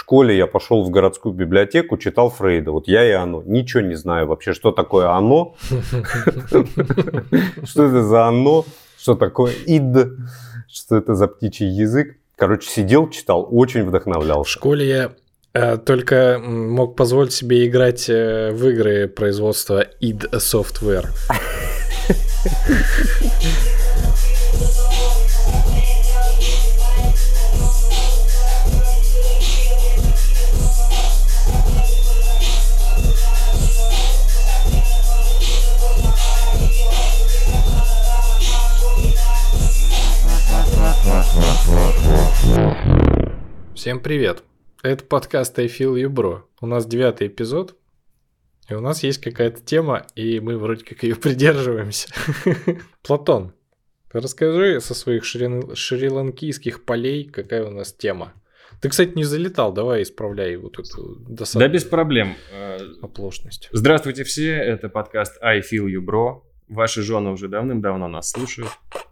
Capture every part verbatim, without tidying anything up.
школе я пошел в городскую библиотеку, читал Фрейда. Вот я и оно. Ничего не знаю вообще, что такое оно. Что это за оно, что такое ид, что это за птичий язык. Короче, сидел, читал, очень вдохновлялся. В школе я э, только мог позволить себе играть э, в игры производства id Software. Всем привет! Это подкаст I Feel You Bro. У нас девятый эпизод, и у нас есть какая-то тема, и мы вроде как ее придерживаемся. Платон, расскажи со своих шри- шри-ланкийских полей, какая у нас тема. Ты, кстати, не залетал, давай исправляй вот эту досадную. Да без проблем. Оплошность. Здравствуйте все, это подкаст I Feel You Bro. Ваши жены уже давным-давно нас слушают.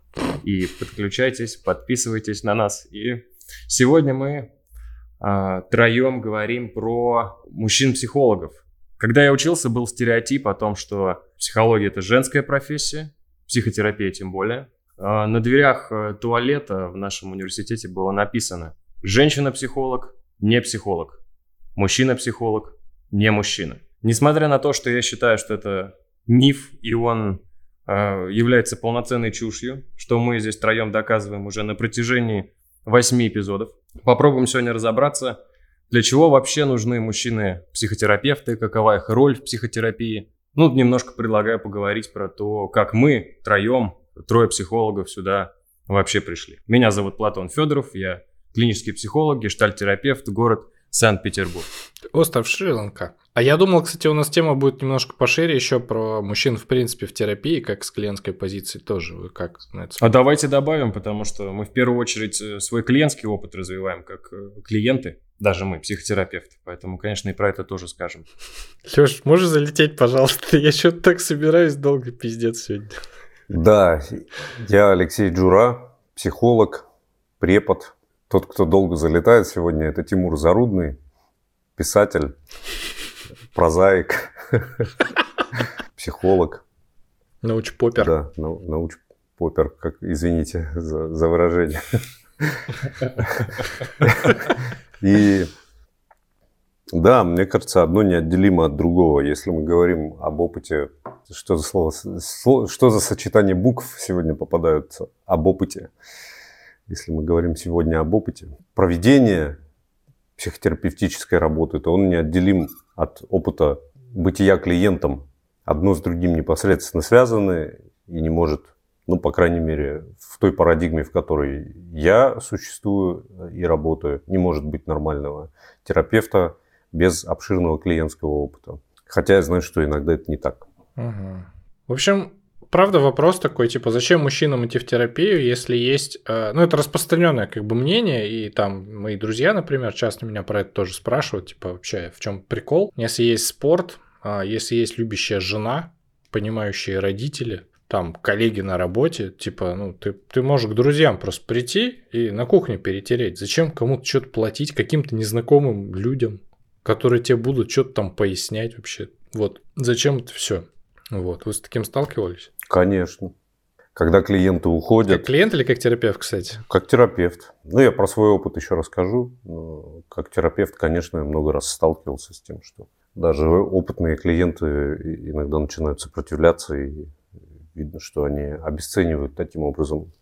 И подключайтесь, подписывайтесь на нас. И сегодня мы а, троем говорим про мужчин-психологов. Когда я учился, был стереотип о том, что психология – это женская профессия, психотерапия тем более. А, на дверях туалета в нашем университете было написано: женщина-психолог, не психолог, мужчина-психолог, не мужчина. Несмотря на то, что я считаю, что это миф, и он является полноценной чушью, что мы здесь втроем доказываем уже на протяжении восьми эпизодов. Попробуем сегодня разобраться, для чего вообще нужны мужчины-психотерапевты, какова их роль в психотерапии. Ну, немножко предлагаю поговорить про то, как мы втроем, трое психологов, сюда вообще пришли. Меня зовут Платон Федоров, я клинический психолог, гештальт-терапевт, город Санкт-Петербург. Остров Шри-Ланка. А я думал, кстати, у нас тема будет немножко пошире еще про мужчин, в принципе, в терапии, как с клиентской позиции тоже. Вы как на это смотрите? А давайте добавим, потому что мы в первую очередь свой клиентский опыт развиваем как клиенты, даже мы, психотерапевты. Поэтому, конечно, и про это тоже скажем. Лёш, можешь залететь, пожалуйста? Я что-то так собираюсь долго, пиздец, сегодня. Да, я Алексей Джура, психолог, препод. Тот, кто долго залетает сегодня, это Тимур Зарудный, писатель, прозаик, психолог. Научпопер. Да, нау- научпопер, как, извините за, за выражение. И да, мне кажется, одно неотделимо от другого. Если мы говорим об опыте, что за слово, что за сочетание букв сегодня попадаются об опыте? Если мы говорим сегодня об опыте проведения психотерапевтической работы, то он неотделим от опыта бытия клиентом. Одно с другим непосредственно связаны и не может, ну, по крайней мере, в той парадигме, в которой я существую и работаю, не может быть нормального терапевта без обширного клиентского опыта. Хотя я знаю, что иногда это не так. Угу. В общем, правда, вопрос такой, типа, зачем мужчинам идти в терапию, если есть... Э, ну, это распространенное как бы мнение, и там мои друзья, например, часто меня про это тоже спрашивают, типа, вообще, в чем прикол? Если есть спорт, э, если есть любящая жена, понимающие родители, там, коллеги на работе, типа, ну, ты, ты можешь к друзьям просто прийти и на кухне перетереть. Зачем кому-то что-то платить, каким-то незнакомым людям, которые тебе будут что-то там пояснять вообще? Вот, зачем это все? Вот, вы с таким сталкивались? Конечно. Когда клиенты уходят... Как клиент или как терапевт, кстати? Как терапевт. Ну, я про свой опыт еще расскажу. Но как терапевт, конечно, я много раз сталкивался с тем, что даже опытные клиенты иногда начинают сопротивляться, и видно, что они обесценивают таким образом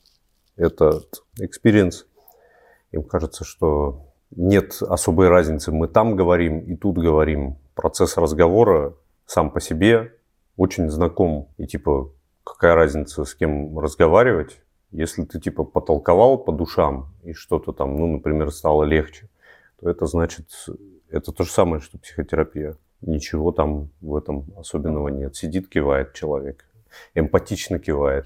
этот экспириенс. Им кажется, что нет особой разницы. Мы там говорим и тут говорим. Процесс разговора сам по себе очень знаком. И типа, какая разница, с кем разговаривать, если ты типа потолковал по душам и что-то там, ну, например, стало легче, то это значит, это то же самое, что психотерапия. Ничего там в этом особенного нет. Сидит, кивает человек. Эмпатично кивает.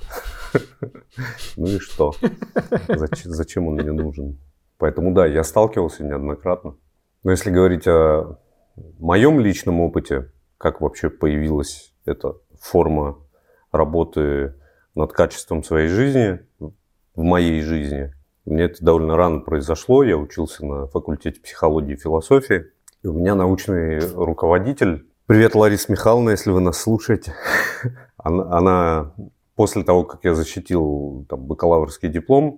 Ну и что? Зачем он мне нужен? Поэтому да, я сталкивался неоднократно. Но если говорить о моем личном опыте, как вообще появилась эта форма работы над качеством своей жизни, в моей жизни, У меня это довольно рано произошло. Я учился на факультете психологии и философии. И у меня научный руководитель... Привет, Лариса Михайловна, если вы нас слушаете. Она, она после того, как я защитил там, бакалаврский диплом,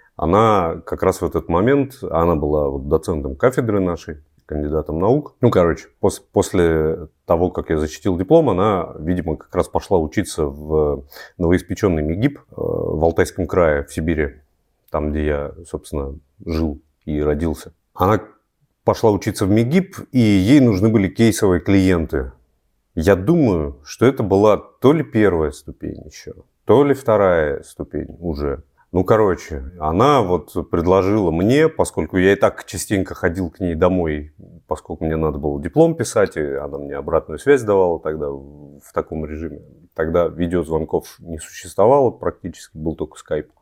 она как раз в этот момент, она была вот доцентом кафедры нашей, кандидатом наук. Ну, короче, пос, после того, как я защитил диплом, она, видимо, как раз пошла учиться в новоиспеченный МИГИП в Алтайском крае, в Сибири, там, где я, собственно, жил и родился. Она пошла учиться в МИГИП, и ей нужны были кейсовые клиенты. Я думаю, что это была то ли первая ступень еще, то ли вторая ступень уже. Ну, короче, она вот предложила мне, поскольку я и так частенько ходил к ней домой, поскольку мне надо было диплом писать, и она мне обратную связь давала тогда в таком режиме. Тогда видеозвонков не существовало практически, был только скайп,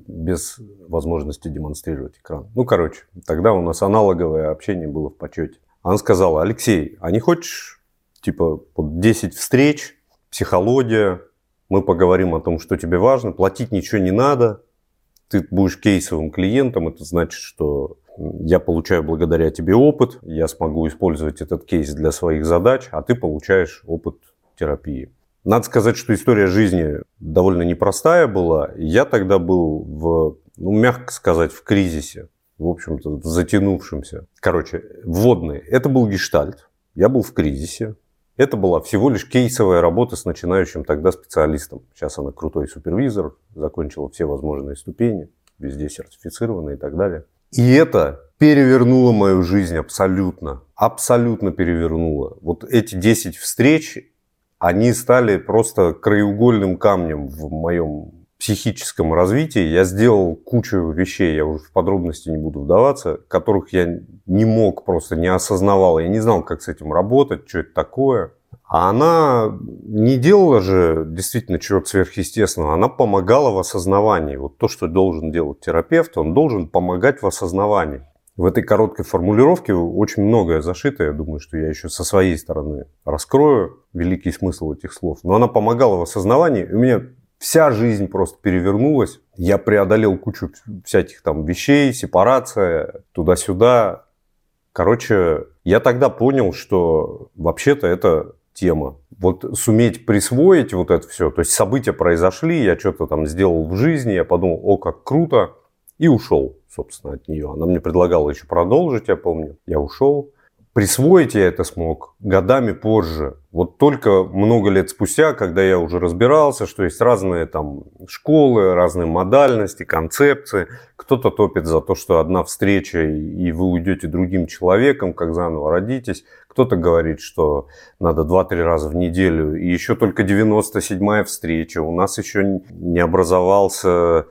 без возможности демонстрировать экран. Ну, короче, тогда у нас аналоговое общение было в почете. Она сказала: Алексей, а не хочешь, типа, вот десять встреч, психология, мы поговорим о том, что тебе важно, платить ничего не надо, ты будешь кейсовым клиентом, это значит, что я получаю благодаря тебе опыт, я смогу использовать этот кейс для своих задач, а ты получаешь опыт терапии. Надо сказать, что история жизни довольно непростая была. Я тогда был в, ну, мягко сказать, в кризисе, в общем-то, в затянувшемся. Короче, вводный. Это был гештальт. Я был в кризисе. Это была всего лишь кейсовая работа с начинающим тогда специалистом. Сейчас она крутой супервизор, закончила все возможные ступени, везде сертифицирована и так далее. И это перевернуло мою жизнь абсолютно. Абсолютно перевернуло. Вот эти десять встреч, они стали просто краеугольным камнем в моем психическом развитии. Я сделал кучу вещей, я уже в подробности не буду вдаваться, которых я не мог, просто не осознавал. Я не знал, как с этим работать, что это такое. А она не делала же действительно чего-то сверхъестественного. Она помогала в осознавании. Вот то, что должен делать терапевт, он должен помогать в осознавании. В этой короткой формулировке очень многое зашито. Я думаю, что я еще со своей стороны раскрою великий смысл этих слов. Но она помогала в осознавании. И у меня вся жизнь просто перевернулась. Я преодолел кучу всяких там вещей, сепарация, туда-сюда. Короче, я тогда понял, что вообще-то это тема. Вот суметь присвоить вот это все. То есть события произошли, я что-то там сделал в жизни, я подумал, о, как круто. И ушел, собственно, от нее. Она мне предлагала еще продолжить, я помню. Я ушел. Присвоить я это смог годами позже. Вот только много лет спустя, когда я уже разбирался, что есть разные там школы, разные модальности, концепции. Кто-то топит за то, что одна встреча, и вы уйдете другим человеком, как заново родитесь. Кто-то говорит, что надо два-три раза в неделю. И еще только девяносто седьмая встреча. У нас еще не образовался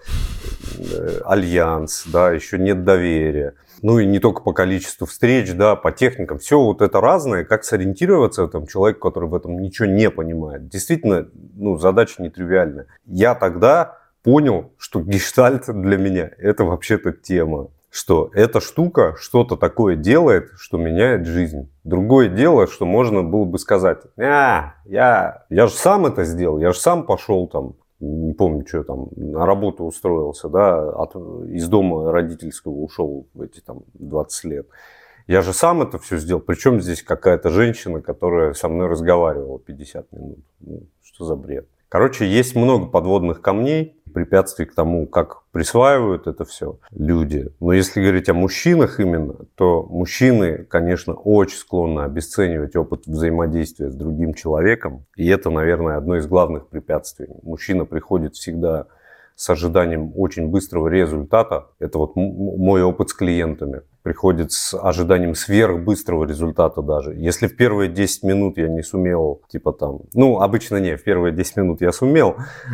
альянс, да, еще нет доверия. Ну и не только по количеству встреч, да, по техникам. Все вот это разное. Как сориентироваться там, человеку, который в этом ничего не понимает. Действительно, ну, задача нетривиальная. Я тогда понял, что гештальт для меня – это вообще-то тема. Что эта штука что-то такое делает, что меняет жизнь. Другое дело, что можно было бы сказать: а, я, я же сам это сделал, я же сам пошел там, не помню, что там, на работу устроился, да, от, из дома родительского ушел в эти там двадцать лет. Я же сам это все сделал. Причем здесь какая-то женщина, которая со мной разговаривала пятьдесят минут. Ну, что за бред? Короче, есть много подводных камней, препятствий к тому, как присваивают это все люди. Но если говорить о мужчинах именно, то мужчины, конечно, очень склонны обесценивать опыт взаимодействия с другим человеком. И это, наверное, одно из главных препятствий. Мужчина приходит всегда с ожиданием очень быстрого результата. Это вот мой опыт с клиентами. Приходит с ожиданием сверхбыстрого результата даже. Если в первые десять минут я не сумел, типа там... Ну, обычно не, в первые десять минут я сумел.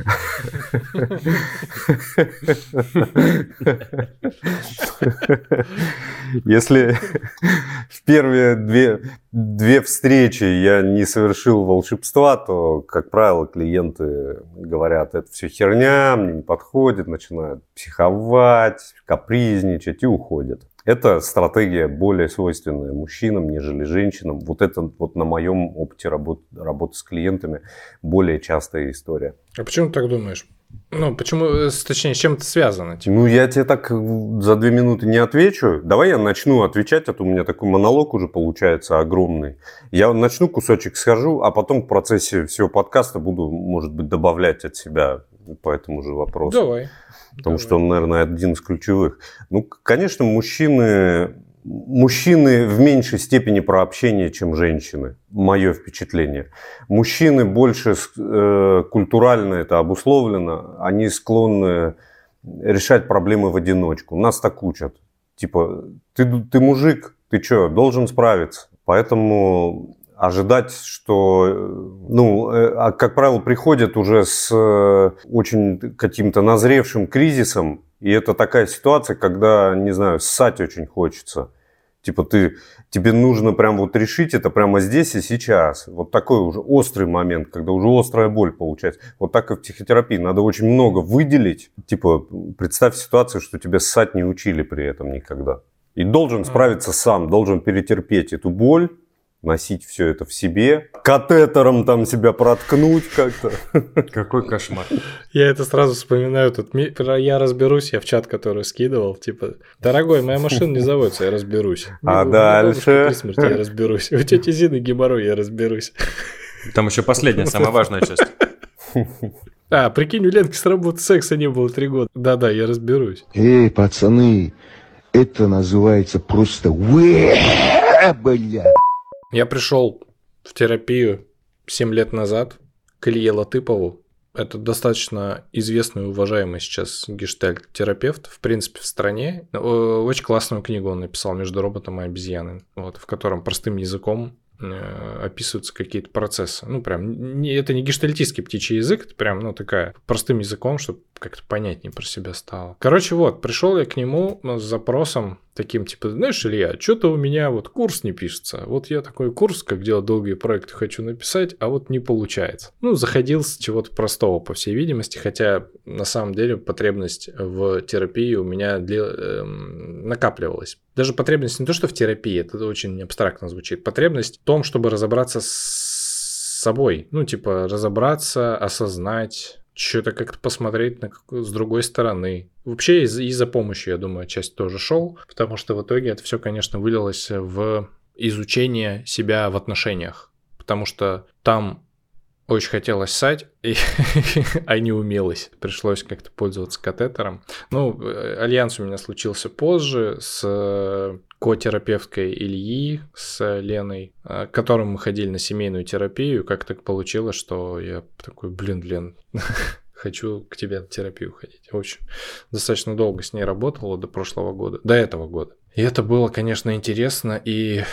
Если в первые две, две встречи я не совершил волшебства, то, как правило, клиенты говорят: это все херня, мне не подходит, начинают психовать, капризничать и уходят. Это стратегия более свойственная мужчинам, нежели женщинам. Вот это вот на моем опыте работы, работы с клиентами более частая история. А почему ты так думаешь? Ну, почему, точнее, с чем это связано? Типа? Ну, я тебе так за две минуты не отвечу. Давай я начну отвечать, а то у меня такой монолог уже получается огромный. Я начну кусочек схожу, а потом в процессе всего подкаста буду, может быть, добавлять от себя по этому же вопросу. Давай. Потому Давай. что он, наверное, один из ключевых. Ну, конечно, мужчины, мужчины в меньшей степени про общение, чем женщины. Мое впечатление. Мужчины больше э, культурально это обусловлено. Они склонны решать проблемы в одиночку. Нас так учат. Типа, ты, ты мужик, ты что, должен справиться. Поэтому ожидать, что, ну, как правило, приходят уже с очень каким-то назревшим кризисом, и это такая ситуация, когда, не знаю, ссать очень хочется. Типа ты, тебе нужно прям вот решить это прямо здесь и сейчас. Вот такой уже острый момент, когда уже острая боль получается. Вот так и в психотерапии. Надо очень много выделить. Типа представь ситуацию, что тебя ссать не учили при этом никогда. И должен справиться сам, должен перетерпеть эту боль, носить все это в себе, катетером там себя проткнуть как-то. Какой кошмар. Я это сразу вспоминаю, тут я разберусь, я в чат, который скидывал, типа, дорогой, моя машина не заводится, я разберусь. А дальше? При смерти я разберусь. У тети Зины геморрой, я разберусь. Там еще последняя, самая важная часть. А, прикинь, у Ленки с работы секса не было три года. Да-да, я разберусь. Эй, пацаны, это называется просто бля. Я пришел в терапию семь лет назад к Илье Латыпову. Это достаточно известный и уважаемый сейчас гештальт-терапевт, в принципе, в стране. Очень классную книгу он написал «Между роботом и обезьяной», вот, в котором простым языком описываются какие-то процессы. Ну, прям, не, это не гештальтистский птичий язык, это прям, ну, такая, простым языком, чтобы как-то понятнее про себя стало. Короче, вот, пришел я к нему с запросом таким, типа, знаешь, Илья, что-то у меня вот курс не пишется. Вот я такой курс, как делать долгие проекты, хочу написать, а вот не получается. Ну, заходил с чего-то простого, по всей видимости, хотя на самом деле потребность в терапии у меня для... эм, накапливалась. Даже потребность не то, что в терапии, это очень абстрактно звучит, потребность в том, чтобы разобраться с собой. Ну, типа, разобраться, осознать, что-то как-то посмотреть на как... с другой стороны. Вообще и за, и за помощью, я думаю, часть тоже шел, потому что в итоге это все, конечно, вылилось в изучение себя в отношениях, потому что там очень хотелось ссать, и, а не умелось. Пришлось как-то пользоваться катетером. Ну, альянс у меня случился позже с котерапевткой Ильи, с Леной, к которым мы ходили на семейную терапию. Как так получилось, что я такой, блин, Лен, хочу к тебе на терапию ходить. В общем, достаточно долго с ней работал до прошлого года, до этого года. И это было, конечно, интересно. И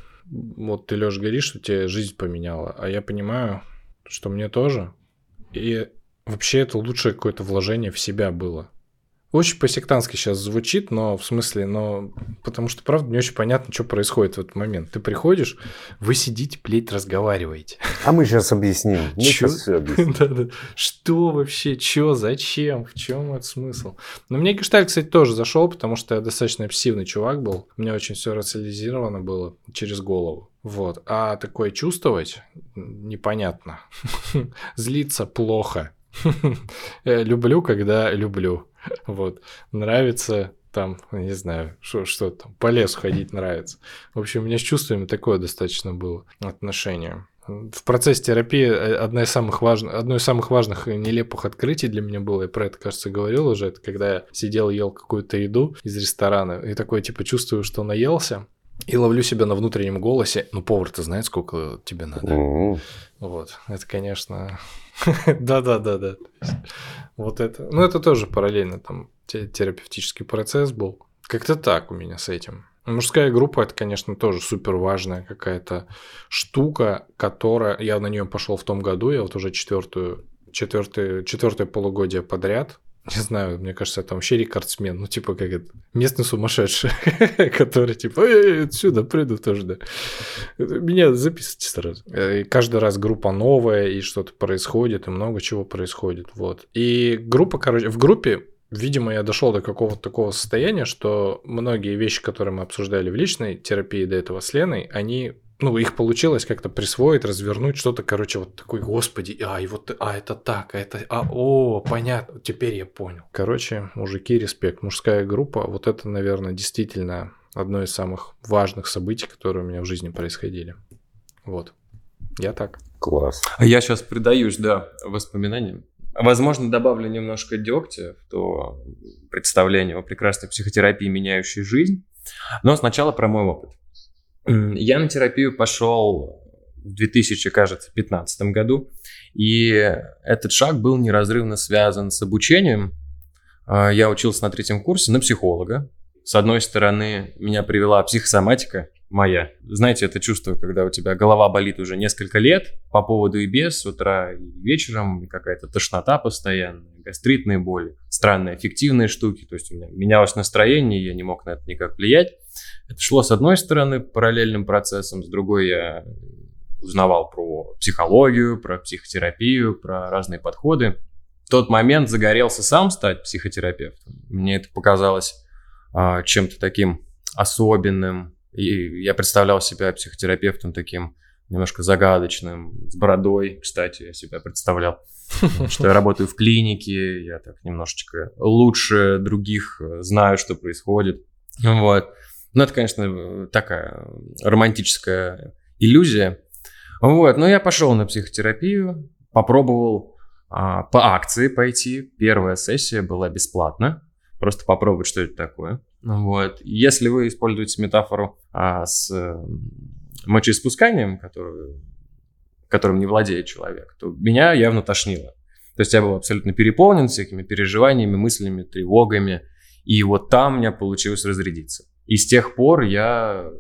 вот ты, Лёш, говоришь, что тебе жизнь поменяла, а я понимаю, что мне тоже. И вообще это лучшее какое-то вложение в себя было. Очень по-сектантски сейчас звучит, но в смысле, но потому что, правда, не очень понятно, что происходит в этот момент. Ты приходишь, вы сидите, блядь, разговариваете. А мы сейчас объясним. Мы Чё? сейчас все объясним. Да-да. Что вообще, что, зачем, в чем этот смысл? Но мне гештальт, кстати, тоже зашел, потому что я достаточно обсессивный чувак был. У меня очень все рационализировано было через голову. Вот. А такое чувствовать непонятно. Злиться плохо. Люблю, когда люблю. Вот. Нравится там, не знаю, что, что там, по лесу ходить нравится. В общем, у меня с чувствами такое достаточно было отношение. В процессе терапии одна из самых важных, одно из самых важных и нелепых открытий для меня было, я про это, кажется, говорил уже, это когда я сидел и ел какую-то еду из ресторана, и такое, типа, чувствую, что наелся, и ловлю себя на внутреннем голосе, ну, повар-то знает, сколько тебе надо. Mm-hmm. Вот, это, конечно... Да-да-да-да. Вот это. Ну, это тоже параллельно там терапевтический процесс был. Как-то так у меня с этим. Мужская группа — это, конечно, тоже супер важная какая-то штука, которая... Я на нее пошел в том году, я вот уже четвертую, четвертое, четвертое полугодие подряд. Не знаю, мне кажется, я там вообще рекордсмен. Ну, типа, как это, местный сумасшедший, который, типа, эй, отсюда приду тоже, да. Меня записывайте сразу. И каждый раз группа новая, и что-то происходит, и много чего происходит, вот. И группа, короче, в группе видимо, я дошел до какого-то такого состояния, что многие вещи, которые мы обсуждали в личной терапии до этого с Леной, они, ну, их получилось как-то присвоить, развернуть, что-то, короче, вот такой, господи, а, и вот, а, это так, а это, а, о, понятно, теперь я понял. Короче, мужики, респект, мужская группа, вот это, наверное, действительно одно из самых важных событий, которые у меня в жизни происходили. Вот, я так. Класс. А я сейчас предаюсь, да, воспоминаниям. Возможно, добавлю немножко дегтя в то представление о прекрасной психотерапии, меняющей жизнь. Но сначала про мой опыт. Я на терапию пошел в две тысячи пятнадцатом году, и этот шаг был неразрывно связан с обучением. Я учился на третьем курсе на психолога. С одной стороны, меня привела психосоматика моя. Знаете, это чувство, когда у тебя голова болит уже несколько лет, по поводу и без, с утра и вечером, и какая-то тошнота постоянная, гастритные боли, странные аффективные штуки. То есть у меня менялось настроение, я не мог на это никак влиять. Это шло с одной стороны параллельным процессом, с другой я узнавал про психологию, про психотерапию, про разные подходы. В тот момент загорелся сам стать психотерапевтом. Мне это показалось а, чем-то таким особенным. И я представлял себя психотерапевтом таким немножко загадочным, с бородой, кстати, я себя представлял, что я работаю в клинике, я так немножечко лучше других знаю, что происходит. Вот. Ну, это, конечно, такая романтическая иллюзия. Вот. Но я пошел на психотерапию, попробовал а, по акции пойти. Первая сессия была бесплатна. Просто попробовать, что это такое. Вот. Если вы используете метафору а, с э, мочеиспусканием, которую, которым не владеет человек, то меня явно тошнило. То есть я был абсолютно переполнен всякими переживаниями, мыслями, тревогами. И вот там у меня получилось разрядиться. И с тех пор я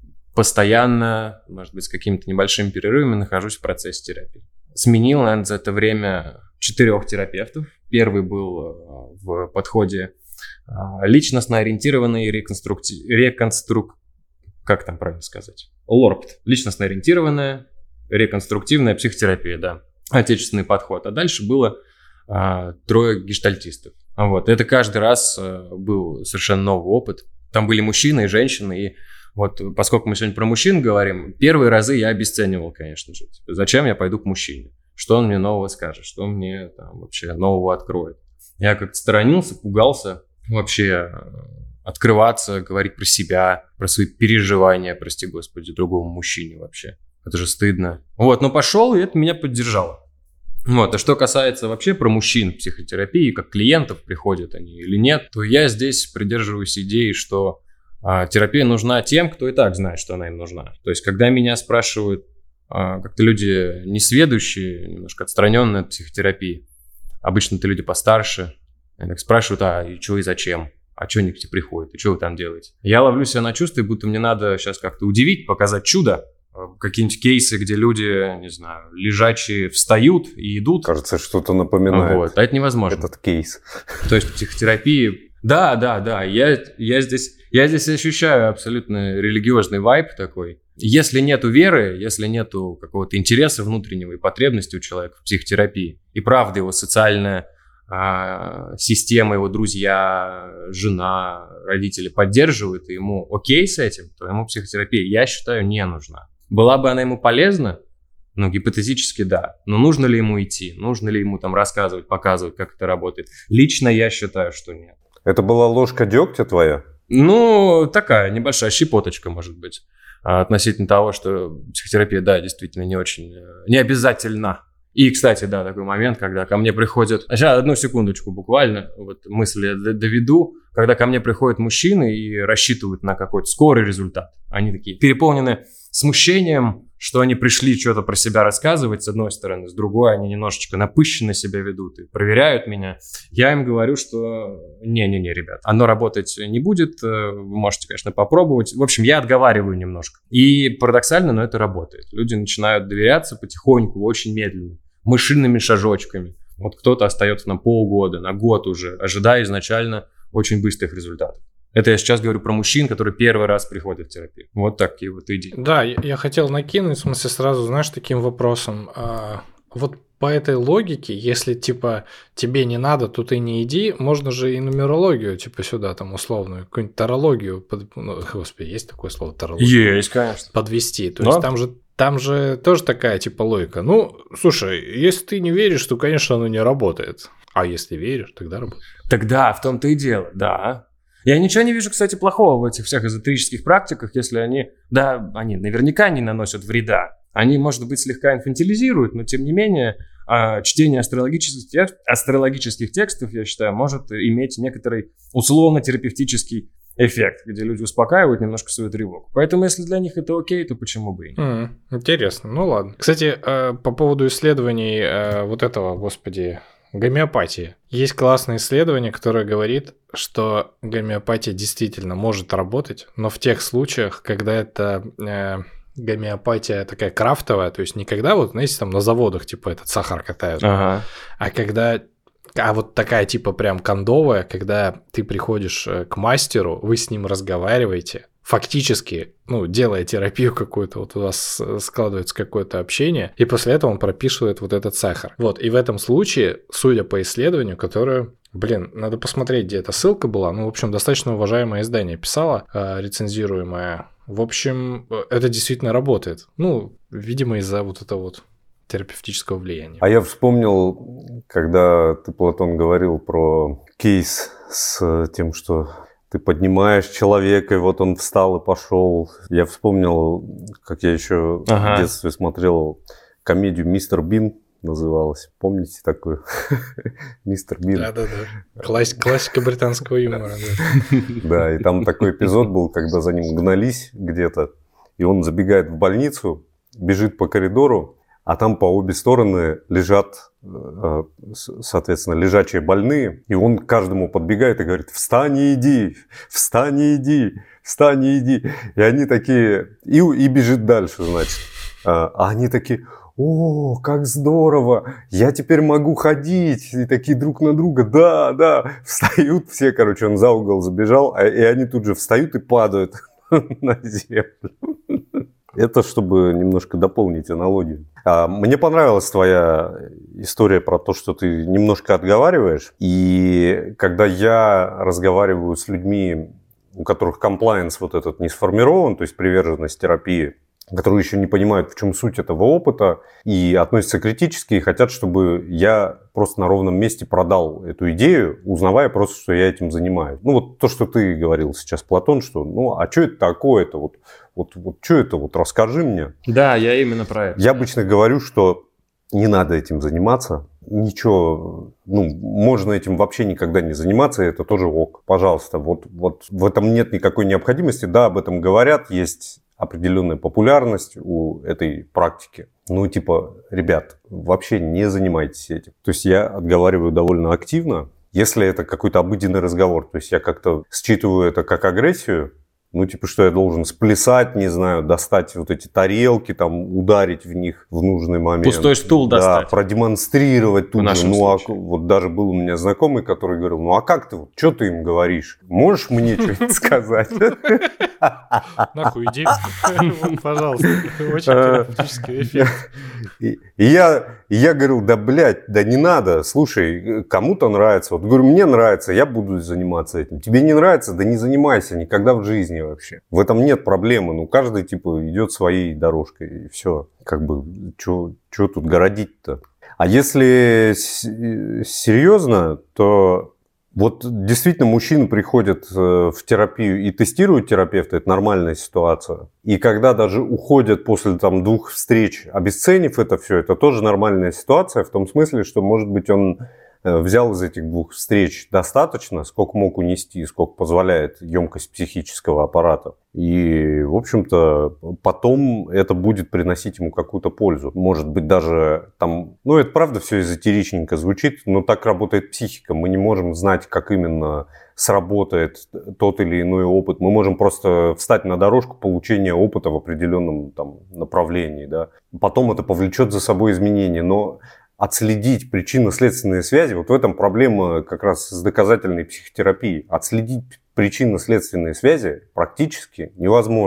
постоянно, может быть, с какими-то небольшими перерывами нахожусь в процессе терапии. Сменил, наверное, за это время четырех терапевтов. Первый был в подходе личностно ориентированный реконструктив... реконструк... Как там правильно сказать? лорпт. Личностно ориентированная реконструктивная психотерапия, да. Отечественный подход. А дальше было а, трое гештальтистов. Вот. Это каждый раз а, был совершенно новый опыт. Там были мужчины и женщины. И вот поскольку мы сегодня про мужчин говорим, первые разы я обесценивал, конечно же. Типа, зачем я пойду к мужчине? Что он мне нового скажет? Что он мне там, вообще нового откроет? Я как-то сторонился, пугался. Вообще открываться, говорить про себя, про свои переживания, прости господи, другому мужчине вообще. Это же стыдно. Вот, но пошел, и это меня поддержало. Вот, а что касается вообще про мужчин в психотерапии, как клиентов приходят они или нет, то я здесь придерживаюсь идеи, что а, терапия нужна тем, кто и так знает, что она им нужна. То есть, когда меня спрашивают а, как-то люди несведущие, немножко отстраненные от психотерапии, обычно это люди постарше, они так спрашивают, а и что и зачем? А что они к тебе приходят? И что вы там делаете? Я ловлю себя на чувстве, будто мне надо сейчас как-то удивить, показать чудо. Какие-нибудь кейсы, где люди, не знаю, лежачие встают и идут. Кажется, что-то напоминает. Вот, а это невозможно. Этот кейс. То есть психотерапии... Да, да, да. Я, я, здесь, я здесь ощущаю абсолютно религиозный вайб такой. Если нету веры, если нету какого-то интереса внутреннего и потребности у человека в психотерапии, и правда его социальная а, система, его друзья, жена, родители поддерживают, и ему окей с этим, то ему психотерапия, я считаю, не нужна. Была бы она ему полезна? Ну, гипотетически да. Но нужно ли ему идти? Нужно ли ему там рассказывать, показывать, как это работает? Лично я считаю, что нет. Это была ложка дегтя твоя? Ну, такая небольшая щепоточка, может быть, относительно того, что психотерапия, да, действительно не очень, не обязательно. И, кстати, да, такой момент, когда ко мне приходят... Сейчас, одну секундочку буквально, вот мысль я доведу. Когда ко мне приходят мужчины и рассчитывают на какой-то скорый результат. Они такие переполнены смущением, что они пришли что-то про себя рассказывать, с одной стороны. С другой, они немножечко напыщенно себя ведут и проверяют меня. Я им говорю, что не-не-не, ребят, оно работать не будет. Вы можете, конечно, попробовать. В общем, я отговариваю немножко. И парадоксально, но это работает. Люди начинают доверяться потихоньку, очень медленно, мышиными шажочками. Вот кто-то остается на полгода, на год уже, ожидая изначально очень быстрых результатов. Это я сейчас говорю про мужчин, которые первый раз приходят в терапию. Вот такие вот идеи. Да, я, я хотел накинуть, в смысле, сразу, знаешь, таким вопросом. А, вот по этой логике, если, типа, тебе не надо, то ты не иди, можно же и нумерологию, типа, сюда, там, условную, какую-нибудь тарологию, под... ну, господи, есть такое слово тарология? Есть, конечно. Подвести. То Но... есть там же, там же тоже такая, типа, логика. Ну, слушай, если ты не веришь, то, конечно, оно не работает. А если веришь, тогда работает. Тогда в том-то и дело, да. Я ничего не вижу, кстати, плохого в этих всех эзотерических практиках, если они, да, они наверняка не наносят вреда. Они, может быть, слегка инфантилизируют, но, тем не менее, чтение астрологических, текст, астрологических текстов, я считаю, может иметь некоторый условно-терапевтический эффект, где люди успокаивают немножко свою тревогу. Поэтому, если для них это окей, то почему бы и нет? Mm, интересно, ну ладно. Кстати, по поводу исследований вот этого, господи... гомеопатии. Есть классное исследование, которое говорит, что гомеопатия действительно может работать, но в тех случаях, когда это э, гомеопатия такая крафтовая, то есть не когда вот, знаете, там на заводах типа этот сахар катают, ага. а когда... А вот такая типа прям кондовая, когда ты приходишь к мастеру, вы с ним разговариваете, фактически, ну, делая терапию какую-то, вот у вас складывается какое-то общение, и после этого он прописывает вот этот сахар. Вот, и в этом случае, судя по исследованию, которое, блин, надо посмотреть, где эта ссылка была, ну, в общем, достаточно уважаемое издание писало, э, рецензируемое. В общем, это действительно работает. Ну, видимо, из-за вот этого вот терапевтического влияния. А я вспомнил, когда ты, Платон, говорил про кейс с тем, что ты поднимаешь человека, и вот он встал и пошел. Я вспомнил, как я еще ага. в детстве смотрел комедию «Мистер Бин», называлась. Помните такую? «Мистер Бин». Да-да-да. Классика британского юмора. Да, и там такой эпизод был, когда за ним гнались где-то, и он забегает в больницу, бежит по коридору, а там по обе стороны лежат, соответственно, лежачие больные, и он к каждому подбегает и говорит: «Встань и иди, встань и иди, встань и иди». И они такие, и, и бежит дальше, значит. А они такие: «О, как здорово, я теперь могу ходить». И такие друг на друга: «Да, да». Встают все, короче, он за угол забежал, и они тут же встают и падают на землю. Это чтобы немножко дополнить аналогию. Мне понравилась твоя история про то, что ты немножко отговариваешь. И когда я разговариваю с людьми, у которых комплаенс вот этот не сформирован, то есть приверженность терапии, которые еще не понимают, в чем суть этого опыта, и относятся критически, и хотят, чтобы я просто на ровном месте продал эту идею, узнавая просто, что я этим занимаюсь. Ну, вот то, что ты говорил сейчас, Платон, что, ну, а что это такое-то? Вот, вот, вот что это? Вот расскажи мне. Да, я именно про это. Я обычно говорю, что не надо этим заниматься. Ничего, ну, можно этим вообще никогда не заниматься, это тоже ок. Пожалуйста, вот, вот в этом нет никакой необходимости. Да, об этом говорят, есть определенная популярность у этой практики. Ну, типа, ребят, вообще не занимайтесь этим. То есть я отговариваю довольно активно. Если это какой-то обыденный разговор, то есть я как-то считываю это как агрессию, ну, типа, что я должен сплясать, не знаю, достать вот эти тарелки, там, ударить в них в нужный момент. Пустой стул да, достать. Да, продемонстрировать тут же. Ну, а, вот даже был у меня знакомый, который говорил: ну, а как ты, вот, что ты им говоришь? Можешь мне что-нибудь сказать? Нахуй иди. Пожалуйста. Очень терапевтический эффект. И я говорил: да, блядь, да не надо. Слушай, кому-то нравится. Вот говорю, мне нравится, я буду заниматься этим. Тебе не нравится? Да не занимайся никогда в жизни вообще. В этом нет проблемы. Ну, каждый, типа, идет своей дорожкой, и все. Как бы, что тут городить-то? А если серьезно, то вот действительно мужчины приходят в терапию и тестируют терапевта, это нормальная ситуация. И когда даже уходят после там, двух встреч, обесценив это все, это тоже нормальная ситуация, в том смысле, что, может быть, он взял из этих двух встреч достаточно, сколько мог унести, сколько позволяет емкость психического аппарата. И, в общем-то, потом это будет приносить ему какую-то пользу. Может быть, даже там... Ну, это правда все эзотеричненько звучит, но так работает психика. Мы не можем знать, как именно сработает тот или иной опыт. Мы можем просто встать на дорожку получения опыта в определенном там, направлении. Да? Потом это повлечет за собой изменения. Но отследить причинно-следственные связи, вот в этом проблема как раз с доказательной психотерапией. Отследить причинно-следственные связи практически невозможно.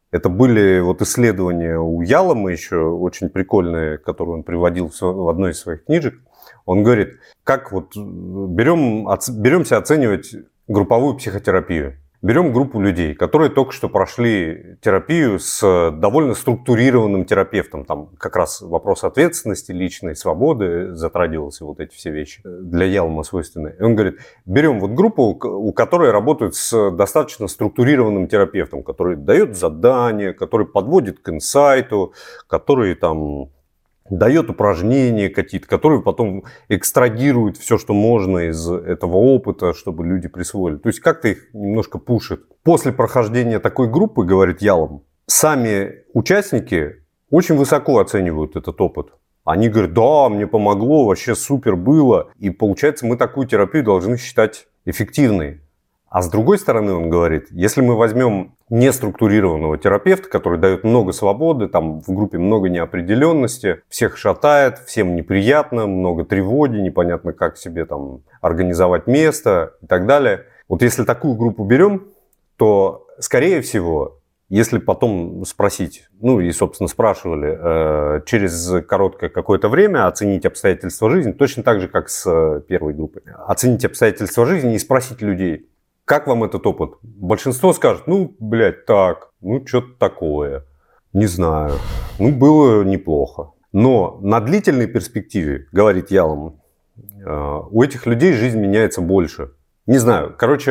Это были вот исследования у Ялома еще очень прикольные, которые он приводил в одной из своих книжек. Он говорит, как вот берем, беремся оценивать групповую психотерапию. Берем группу людей, которые только что прошли терапию с довольно структурированным терапевтом. Там как раз вопрос ответственности, личной свободы затрагивался, вот эти все вещи для Ялома свойственны. И он говорит, берем вот группу, у которой работают с достаточно структурированным терапевтом, который дает задания, который подводит к инсайту, который там... дает упражнения какие-то, которые потом экстрагируют все, что можно из этого опыта, чтобы люди присвоили. То есть как-то их немножко пушит. После прохождения такой группы, говорит Ялом, сами участники очень высоко оценивают этот опыт. Они говорят, да, мне помогло, вообще супер было. И получается, мы такую терапию должны считать эффективной. А с другой стороны, он говорит, если мы возьмем неструктурированного терапевта, который дает много свободы, там в группе много неопределенности, всех шатает, всем неприятно, много тревоги, непонятно, как себе там организовать место и так далее. Вот если такую группу берем, то, скорее всего, если потом спросить, ну и, собственно, спрашивали, э, через короткое какое-то время оценить обстоятельства жизни, точно так же, как с первой группой, оценить обстоятельства жизни и спросить людей, как вам этот опыт? Большинство скажет, ну, блядь, так, ну, что-то такое, не знаю, ну, было неплохо. Но на длительной перспективе, говорит Ялом, у этих людей жизнь меняется больше. Не знаю, короче,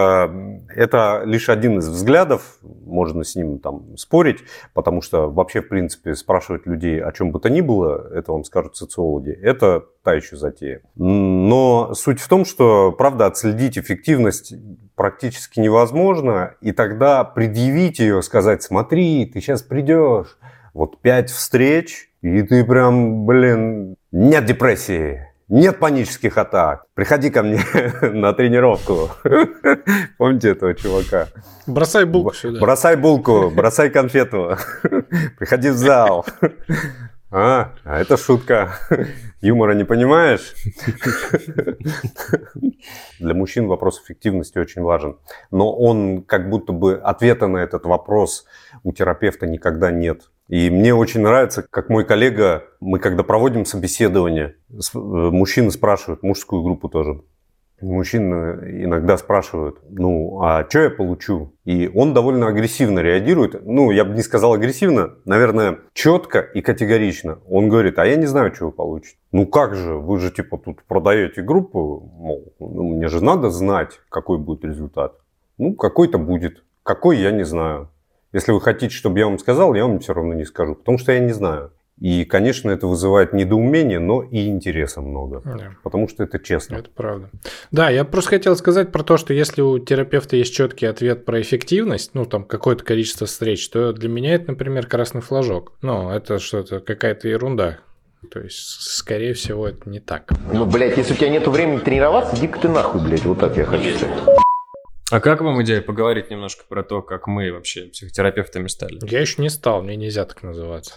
это лишь один из взглядов, можно с ним там спорить, потому что вообще, в принципе, спрашивать людей о чем бы то ни было, это вам скажут социологи, это та еще затея. Но суть в том, что, правда, отследить эффективность практически невозможно, и тогда предъявить ее, сказать, смотри, ты сейчас придешь, вот пять встреч, и ты прям, блин, нет депрессии. Нет панических атак. Приходи ко мне на тренировку. Помните этого чувака? Бросай булку сюда. Бросай булку, бросай конфету. Приходи в зал. А, а это шутка. Юмора не понимаешь? Для мужчин вопрос эффективности очень важен. Но он как будто бы ответа на этот вопрос у терапевта никогда нет. И мне очень нравится, как мой коллега, мы когда проводим собеседование, мужчины спрашивают, мужскую группу тоже, мужчины иногда спрашивают, ну, а что я получу? И он довольно агрессивно реагирует, ну, я бы не сказал агрессивно, наверное, четко и категорично. Он говорит, а я не знаю, что вы получите. Ну, как же, вы же типа тут продаете группу, мол, ну, мне же надо знать, какой будет результат. Ну, какой-то будет, какой я не знаю. Если вы хотите, чтобы я вам сказал, я вам все равно не скажу, потому что я не знаю. И, конечно, это вызывает недоумение, но и интереса много, да. Потому что это честно. Это правда. Да, я просто хотел сказать про то, что если у терапевта есть четкий ответ про эффективность, ну, там, какое-то количество встреч, то для меня это, например, красный флажок. Ну, это что-то, какая-то ерунда. То есть, скорее всего, это не так. Ну, блядь, если у тебя нет времени тренироваться, иди-ка ты нахуй, блядь, вот так я хочу сказать. А как вам идея поговорить немножко про то, как мы вообще психотерапевтами стали? Я еще не стал, мне нельзя так называться.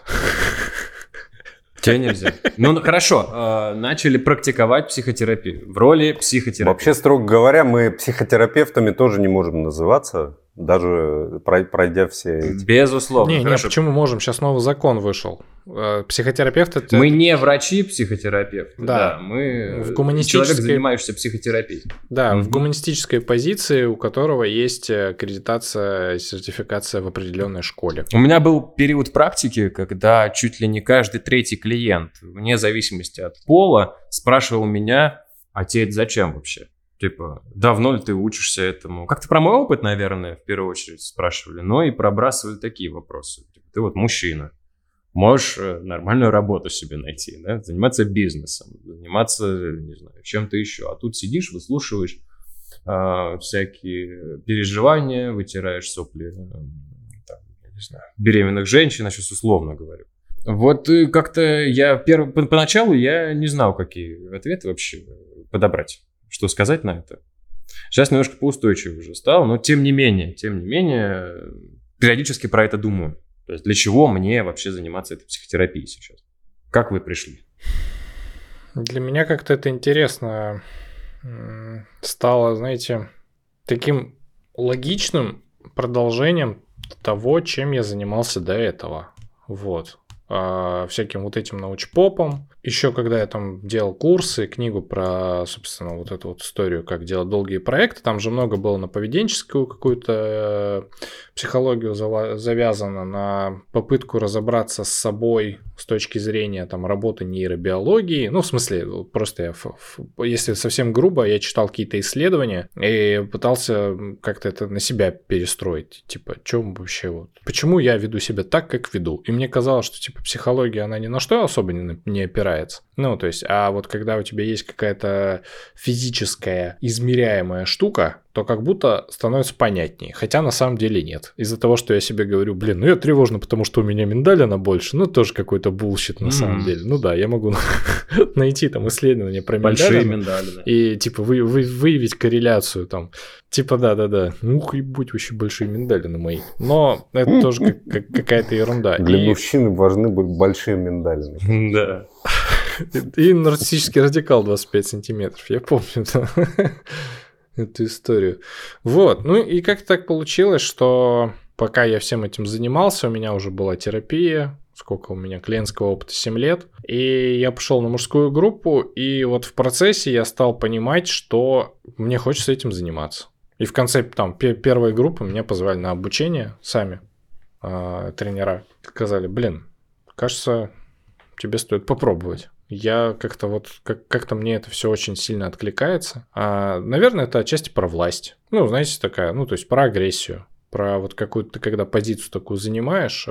Тебе нельзя. Ну, хорошо, начали практиковать психотерапию в роли психотерапевта. Вообще, строго говоря, мы психотерапевтами тоже не можем называться, даже пройдя все эти... Безусловно. Не, не, почему можем? Сейчас новый закон вышел. Психотерапевт это... Мы не врачи-психотерапевты. Да. да. Мы в гуманистической... человек, занимающийся психотерапией. Да, mm-hmm. в гуманистической позиции, у которого есть аккредитация, сертификация в определенной школе. У меня был период практики, когда чуть ли не каждый третий клиент, вне зависимости от пола, спрашивал меня, а тебе это зачем вообще? Типа, давно ли ты учишься этому? Как-то про мой опыт, наверное, в первую очередь спрашивали, но и пробрасывали такие вопросы. Типа, ты вот мужчина. Можешь нормальную работу себе найти, да? Заниматься бизнесом, заниматься, не знаю, чем-то еще. А тут сидишь, выслушиваешь э, всякие переживания, вытираешь сопли там, я не знаю, беременных женщин, я сейчас условно говорю. Вот как-то я перв... поначалу я не знал, какие ответы вообще подобрать, что сказать на это. Сейчас немножко поустойчивее уже стал, но тем не менее, тем не менее, периодически про это думаю. То есть для чего мне вообще заниматься этой психотерапией сейчас? Как вы пришли? Для меня как-то это интересно стало, знаете, таким логичным продолжением того, чем я занимался до этого. Вот. А, всяким вот этим научпопом. Еще когда я там делал курсы, книгу про, собственно, вот эту вот историю, как делать долгие проекты, там же много было на поведенческую какую-то психологию завязано, на попытку разобраться с собой с точки зрения там работы нейробиологии. Ну, в смысле, просто я, если совсем грубо, я читал какие-то исследования и пытался как-то это на себя перестроить. Типа, чем вообще вот... Почему я веду себя так, как веду? И мне казалось, что типа психология, она ни на что особо не, не опирается. Ну, то есть, а вот когда у тебя есть какая-то физическая измеряемая штука, то как будто становится понятнее. Хотя на самом деле нет. Из-за того, что я себе говорю, блин, ну я тревожно, потому что у меня миндалина больше, ну тоже какой-то булщит на mm-hmm. самом деле. Ну да, я могу найти там исследования про большие миндалину. миндалины. И типа вы, вы, выявить корреляцию там. Типа да-да-да, ну ебать вообще большие миндалины мои. Но это тоже как, как, какая-то ерунда. Для и... мужчины важны были большие миндалины. Да. И нарциссический радикал двадцать пять сантиметров, я помню да, эту историю. Вот, ну и как так получилось, что пока я всем этим занимался, у меня уже была терапия, сколько у меня клиентского опыта, семь лет, и я пошел на мужскую группу, и вот в процессе я стал понимать, что мне хочется этим заниматься. И в конце там первой группы меня позвали на обучение сами э, тренера, сказали, блин, кажется, тебе стоит попробовать. Я как-то вот, как- как-то мне это все очень сильно откликается. А, наверное, это отчасти про власть. Ну, знаете, такая, ну, то есть про агрессию. Про вот какую-то, ты когда позицию такую занимаешь,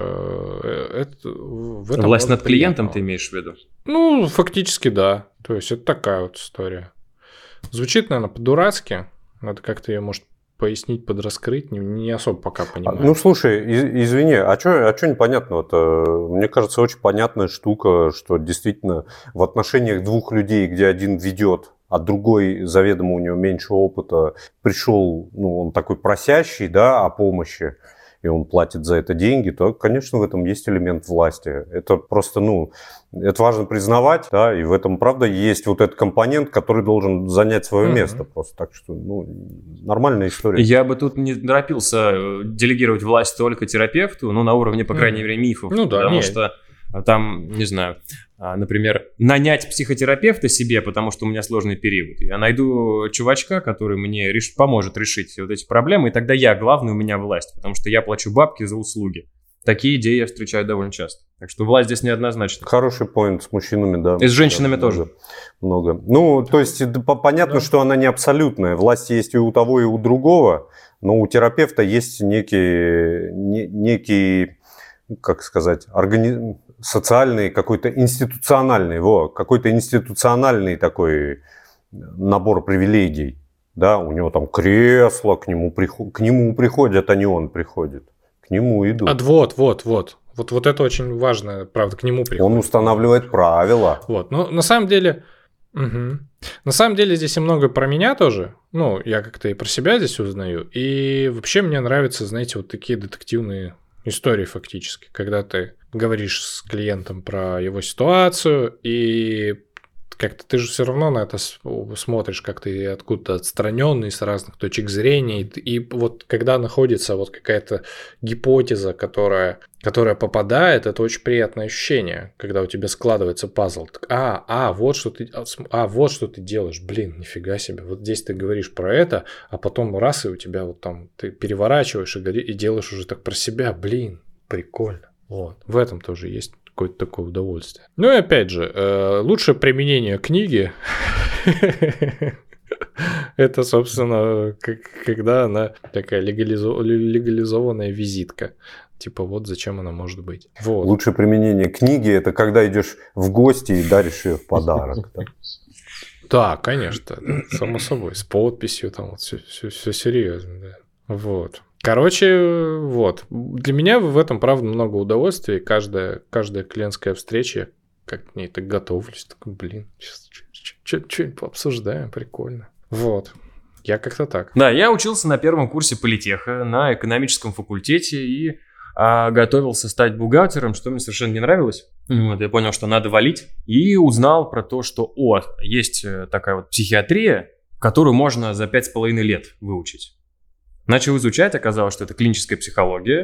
это, в этом власть над приятного. клиентом ты имеешь в виду? Ну, фактически, да. То есть это такая вот история. Звучит, наверное, по-дурацки. Надо как-то ее, может, пояснить, подраскрыть, не, не особо пока понимаю. Ну, слушай, из, извини, а что а чё непонятного-то? Мне кажется, очень понятная штука, что действительно в отношениях двух людей, где один ведет, а другой заведомо у него меньше опыта, пришел, ну, он такой просящий, да, о помощи, и он платит за это деньги, то, конечно, в этом есть элемент власти. Это просто, ну, это важно признавать, да, и в этом, правда, есть вот этот компонент, который должен занять свое mm-hmm. место просто. Так что, ну, нормальная история. Я бы тут не торопился делегировать власть только терапевту, ну, на уровне, по крайней mm-hmm. мере, мифов. Ну да, потому нет. что там, не знаю, например, нанять психотерапевта себе, потому что у меня сложный период. Я найду чувачка, который мне реш... поможет решить вот эти проблемы, и тогда я, главный, у меня власть, потому что я плачу бабки за услуги. Такие идеи я встречаю довольно часто. Так что власть здесь неоднозначна. Хороший поинт с мужчинами, да. И с женщинами да, тоже. Много. Ну, то есть понятно, да. что она не абсолютная. Власть есть и у того, и у другого, но у терапевта есть некий, не, некий как сказать, органи... социальный, какой-то институциональный, во, какой-то институциональный такой набор привилегий. Да, у него там кресло, к нему, приход... к нему приходят, а не он приходит. К нему идут. А, вот, вот, вот. Вот, вот это очень важно, правда, к нему приходит. Он устанавливает правила. Вот, но на самом деле... Угу. На самом деле здесь и много про меня тоже. Ну, я как-то и про себя здесь узнаю. И вообще мне нравятся, знаете, вот такие детективные истории фактически, когда ты говоришь с клиентом про его ситуацию, и как-то ты же все равно на это смотришь как-то и откуда-то отстраненный, с разных точек зрения, и, и вот когда находится вот какая-то гипотеза, которая, которая попадает, это очень приятное ощущение, когда у тебя складывается пазл. А, а, вот что ты, а, вот что ты делаешь, блин, нифига себе, вот здесь ты говоришь про это, а потом раз, и у тебя вот там, ты переворачиваешь и, и делаешь уже так про себя, блин, прикольно. Вот. В этом тоже есть какое-то такое удовольствие. Ну и опять же, э, лучшее применение книги это, собственно, как, когда она такая легализо- легализованная визитка. Типа вот зачем она может быть. Вот. Лучшее применение книги это когда идешь в гости и даришь ее в подарок. Да, да конечно, да, само собой, с подписью, там вот все, все, все серьезно. Да. Вот. Короче, вот. Для меня в этом, правда, много удовольствия. И каждая, каждая клиентская встреча, как к ней так готовлюсь, такой, блин, сейчас что-нибудь пообсуждаем, прикольно. Вот. Я как-то так. Да, я учился на первом курсе политеха на экономическом факультете и а, готовился стать бухгалтером, что мне совершенно не нравилось. Вот, я понял, что надо валить. И узнал про то, что о, есть такая вот психиатрия, которую можно за пять с половиной лет выучить. Начал изучать, оказалось, что это клиническая психология.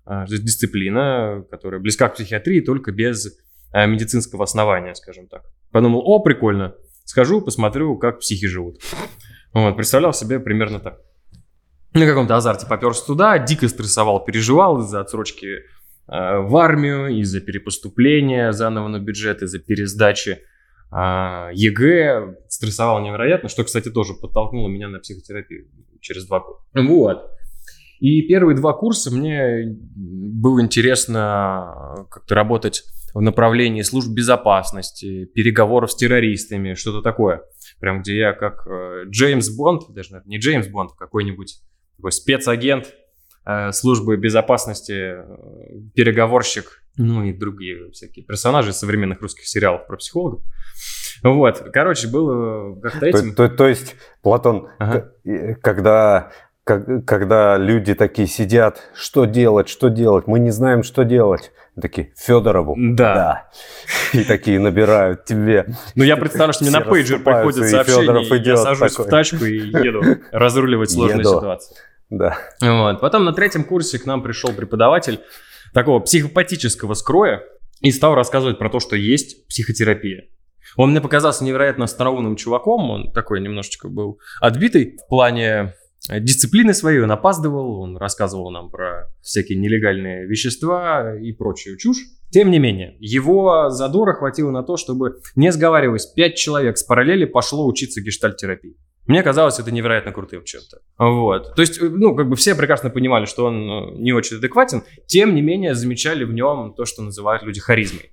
дисциплина, которая близка к психиатрии, только без медицинского основания, скажем так. Подумал, о, прикольно, схожу, посмотрю, как психи живут. Вот, представлял себе примерно так. На каком-то азарте попёрся туда, дико стрессовал, переживал из-за отсрочки э, в армию, из-за перепоступления заново на бюджет, из-за пересдачи э, ЕГЭ. Стрессовал невероятно, что, кстати, тоже подтолкнуло меня на психотерапию через два года. Вот. И первые два курса мне было интересно как-то работать в направлении служб безопасности, переговоров с террористами, что-то такое. Прям где я как э, Джеймс Бонд, даже наверное, не Джеймс Бонд, какой-нибудь такой спецагент э, службы безопасности, э, переговорщик, ну и другие всякие персонажи из современных русских сериалов про психологов. Вот, короче, было как-то этим... То, то, то есть, Платон, ага. когда... Когда люди такие сидят, что делать, что делать, мы не знаем, что делать. Такие, Федорову. Да. да. И такие набирают тебе. Ну, я представляю, что мне на пейджер приходит сообщение, я сажусь такой. в тачку и еду разруливать сложные еду. ситуации. Да. Вот. Потом на третьем курсе к нам пришел преподаватель такого психопатического скроя и стал рассказывать про то, что есть психотерапия. Он мне показался невероятно остроумным чуваком, он такой немножечко был отбитый в плане... дисциплины своей, он опаздывал, он рассказывал нам про всякие нелегальные вещества и прочую чушь. Тем не менее, его задора хватило на то, чтобы, не сговариваясь, пять человек с параллели пошло учиться гештальт-терапии. Мне казалось это невероятно крутым чем-то. Вот. То есть, ну, как бы все прекрасно понимали, что он не очень адекватен, тем не менее замечали в нем то, что называют люди харизмой.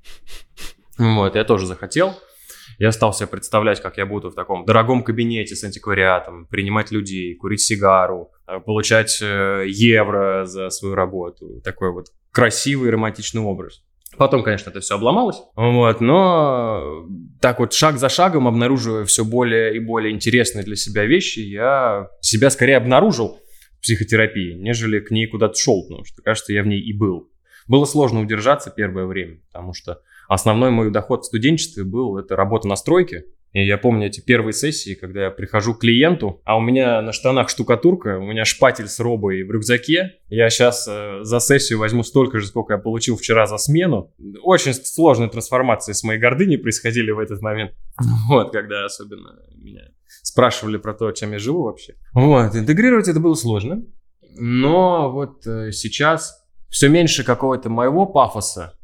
Вот, я тоже захотел. Я стал себе представлять, как я буду в таком дорогом кабинете с антиквариатом, принимать людей, курить сигару, получать евро за свою работу. Такой вот красивый романтичный образ. Потом, конечно, это все обломалось. Вот, но так вот шаг за шагом, обнаруживая все более и более интересные для себя вещи, я себя скорее обнаружил в психотерапии, нежели к ней куда-то шел, потому что, кажется, я в ней и был. Было сложно удержаться первое время, потому что основной мой доход в студенчестве был это работа на стройке. И я помню эти первые сессии, когда я прихожу к клиенту, а у меня на штанах штукатурка, у меня шпатель с робой в рюкзаке. Я сейчас э, за сессию возьму столько же, сколько я получил вчера за смену. Очень сложные трансформации с моей гордыней происходили в этот момент. Вот, когда особенно меня спрашивали про то, чем я живу вообще. Вот, интегрировать это было сложно. Но вот э, сейчас все меньше какого-то моего пафоса,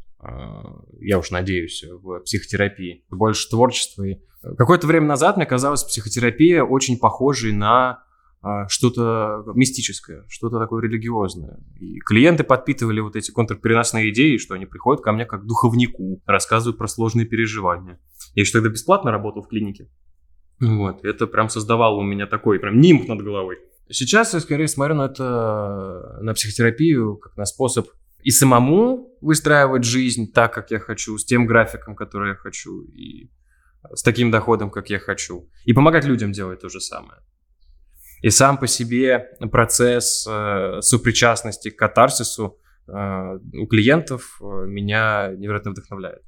я уж надеюсь, в психотерапии. Больше творчества. И какое-то время назад мне казалось психотерапия очень похожей на что-то мистическое, что-то такое религиозное. И клиенты подпитывали вот эти контрпереносные идеи, что они приходят ко мне как к духовнику, рассказывают про сложные переживания. Я еще тогда бесплатно работал в клинике. Вот. Это прям создавало у меня такой прям нимб над головой. Сейчас я скорее смотрю на это, на психотерапию, как на способ и самому выстраивать жизнь так, как я хочу, с тем графиком, который я хочу, и с таким доходом, как я хочу. И помогать людям делать то же самое. И сам по себе процесс э, сопричастности к катарсису э, у клиентов э, меня невероятно вдохновляет.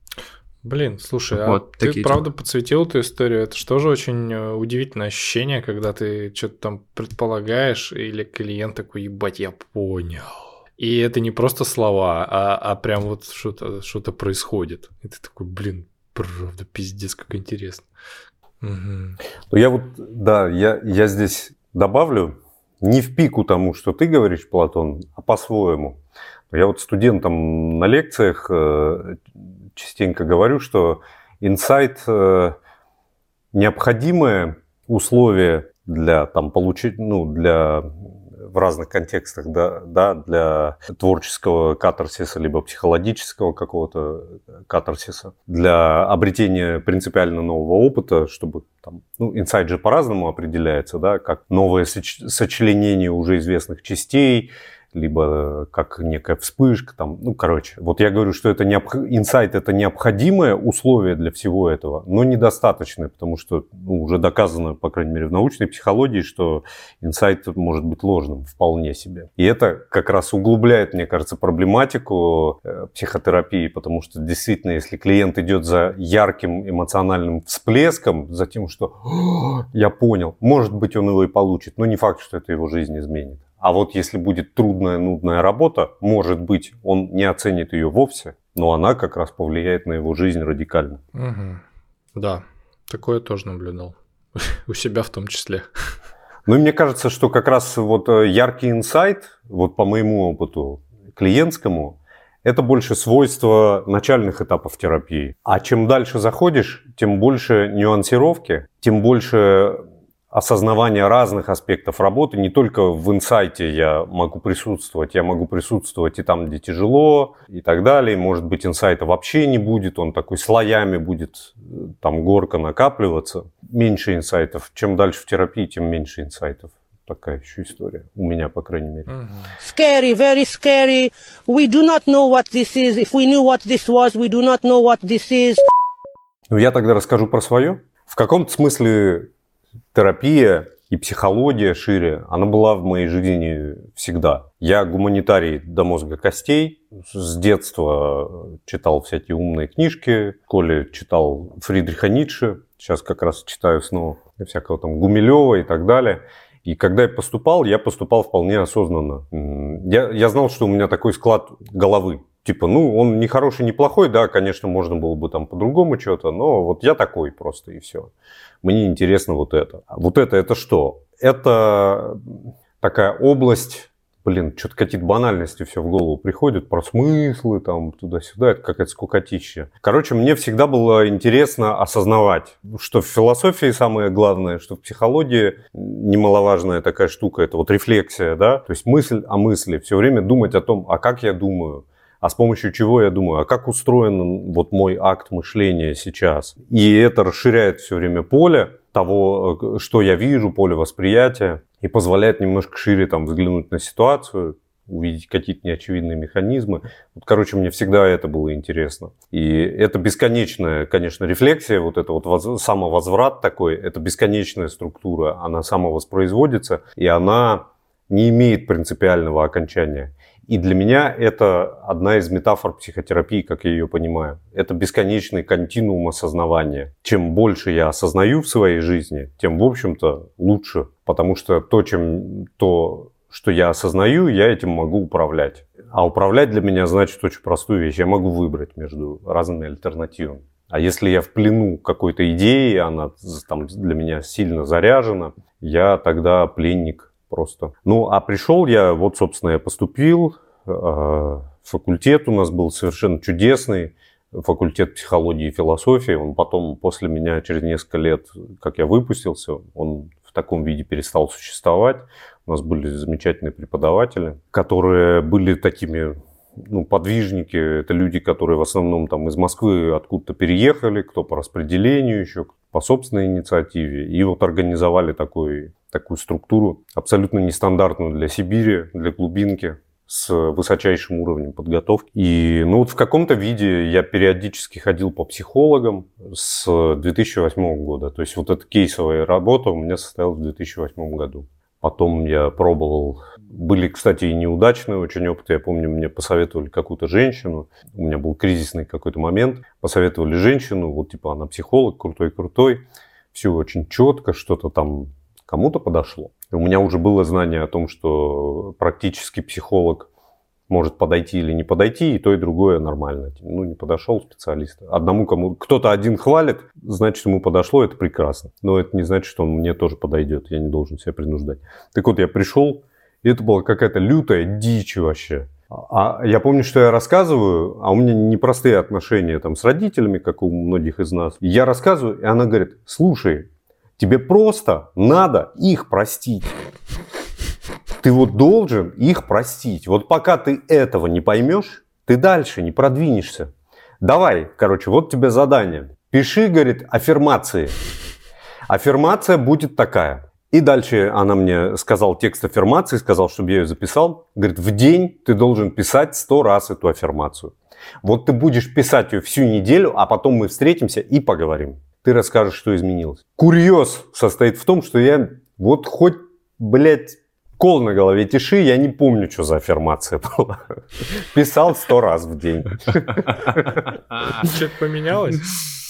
Блин, слушай, вот, а ты правда подсветил эту историю? Это же тоже очень удивительное ощущение, когда ты что-то там предполагаешь, или клиент такой, ебать, я понял. И это не просто слова, а, а прям вот что-то, что-то происходит. И ты такой, блин, правда, пиздец, как интересно. Угу. Ну, я вот, да, я, я здесь добавлю, не в пику тому, что ты говоришь, Платон, а по-своему. Я вот студентам на лекциях э, частенько говорю, что инсайт э, необходимое условие для там, получить, ну, для... в разных контекстах, да, да, для творческого катарсиса, либо психологического какого-то катарсиса, для обретения принципиально нового опыта, чтобы там, ну, инсайт же по-разному определяется, да, как новое соч- сочленение уже известных частей, либо как некая вспышка, там, ну, короче. Вот я говорю, что это необх... инсайт – это необходимое условие для всего этого, но недостаточное, потому что ну, уже доказано, по крайней мере, в научной психологии, что инсайт может быть ложным вполне себе. И это как раз углубляет, мне кажется, проблематику э, психотерапии, потому что действительно, если клиент идет за ярким эмоциональным всплеском, за тем, что я понял, может быть, он его и получит, но не факт, что это его жизнь изменит. А вот если будет трудная, нудная работа, может быть, он не оценит ее вовсе, но она как раз повлияет на его жизнь радикально. Угу. Да, такое тоже наблюдал. У себя в том числе. Ну и мне кажется, что как раз вот яркий инсайт, вот по моему опыту клиентскому, это больше свойство начальных этапов терапии. А чем дальше заходишь, тем больше нюансировки, тем больше осознавания разных аспектов работы. Не только в инсайте я могу присутствовать, я могу присутствовать и там, где тяжело, и так далее. Может быть, инсайта вообще не будет, он такой слоями будет, там горка накапливаться. Меньше инсайтов. Чем дальше в терапии, тем меньше инсайтов. Такая еще история. У меня, по крайней мере. Scary, very scary. We do not know what this is. If we knew what this was, we do not know what this is. Ну, я тогда расскажу про свое. В каком-то смысле терапия и психология шире, она была в моей жизни всегда. Я гуманитарий до мозга костей. С детства читал всякие умные книжки. В школе читал Фридриха Ницше. Сейчас как раз читаю снова всякого там Гумилева и так далее. И когда я поступал, я поступал вполне осознанно. Я, я знал, что у меня такой склад головы. Типа, ну, он не хороший, не плохой, да, конечно, можно было бы там по-другому что-то, но вот я такой просто, и все. Мне интересно вот это. Вот это, это что? Это такая область, блин, что-то какие-то банальности все в голову приходят, про смыслы там туда-сюда, это какая-то скукотища. Короче, мне всегда было интересно осознавать, что в философии самое главное, что в психологии немаловажная такая штука, это вот рефлексия, да, то есть мысль о мысли, все время думать о том, а как я думаю, а с помощью чего я думаю, а как устроен вот мой акт мышления сейчас. И это расширяет все время поле того, что я вижу, поле восприятия, и позволяет немножко шире там взглянуть на ситуацию, увидеть какие-то неочевидные механизмы. Вот, короче, мне всегда это было интересно. И это бесконечная, конечно, рефлексия, вот это вот воз... самовозврат такой, это бесконечная структура, она самовоспроизводится, и она не имеет принципиального окончания. И для меня это одна из метафор психотерапии, как я ее понимаю. Это бесконечный континуум осознавания. Чем больше я осознаю в своей жизни, тем, в общем-то, лучше. Потому что то, чем, то, что я осознаю, я этим могу управлять. А управлять для меня значит очень простую вещь. Я могу выбрать между разными альтернативами. А если я в плену какой-то идеи, она там для меня сильно заряжена, я тогда пленник. Просто. Ну, а пришел я, вот, собственно, я поступил, э, факультет у нас был совершенно чудесный, факультет психологии и философии, он потом, после меня, через несколько лет, как я выпустился, он в таком виде перестал существовать. У нас были замечательные преподаватели, которые были такими, ну, подвижники, это люди, которые в основном там из Москвы откуда-то переехали, кто по распределению еще, по собственной инициативе, и вот организовали такой... такую структуру, абсолютно нестандартную для Сибири, для глубинки, с высочайшим уровнем подготовки. И ну вот в каком-то виде я периодически ходил по психологам с две тысячи восьмого года. То есть вот эта кейсовая работа у меня состоялась в две тысячи восьмом году. Потом я пробовал, были, кстати, и неудачные очень опыты. Я помню, мне посоветовали какую-то женщину, у меня был кризисный какой-то момент, посоветовали женщину, вот типа она психолог, крутой-крутой, все очень четко, что-то там кому-то подошло. У меня уже было знание о том, что практически психолог может подойти или не подойти, и то, и другое нормально. Ну, не подошел специалист. Одному кому... Кто-то один хвалит, значит, ему подошло, это прекрасно. Но это не значит, что он мне тоже подойдет. Я не должен себя принуждать. Так вот, я пришел, и это была какая-то лютая дичь вообще. А я помню, что я рассказываю, а у меня непростые отношения там с родителями, как у многих из нас. И я рассказываю, и она говорит, слушай, тебе просто надо их простить. Ты вот должен их простить. Вот пока ты этого не поймешь, ты дальше не продвинешься. Давай, короче, вот тебе задание. Пиши, говорит, аффирмации. Аффирмация будет такая. И дальше она мне сказала текст аффирмации, сказал, чтобы я ее записал. Говорит, в день ты должен писать сто раз эту аффирмацию. Вот ты будешь писать ее всю неделю, а потом мы встретимся и поговорим. Ты расскажешь, что изменилось. Курьез состоит в том, что я вот хоть, блядь, кол на голове тиши, я не помню, что за аффирмация была. Писал сто раз в день. Что-то поменялось?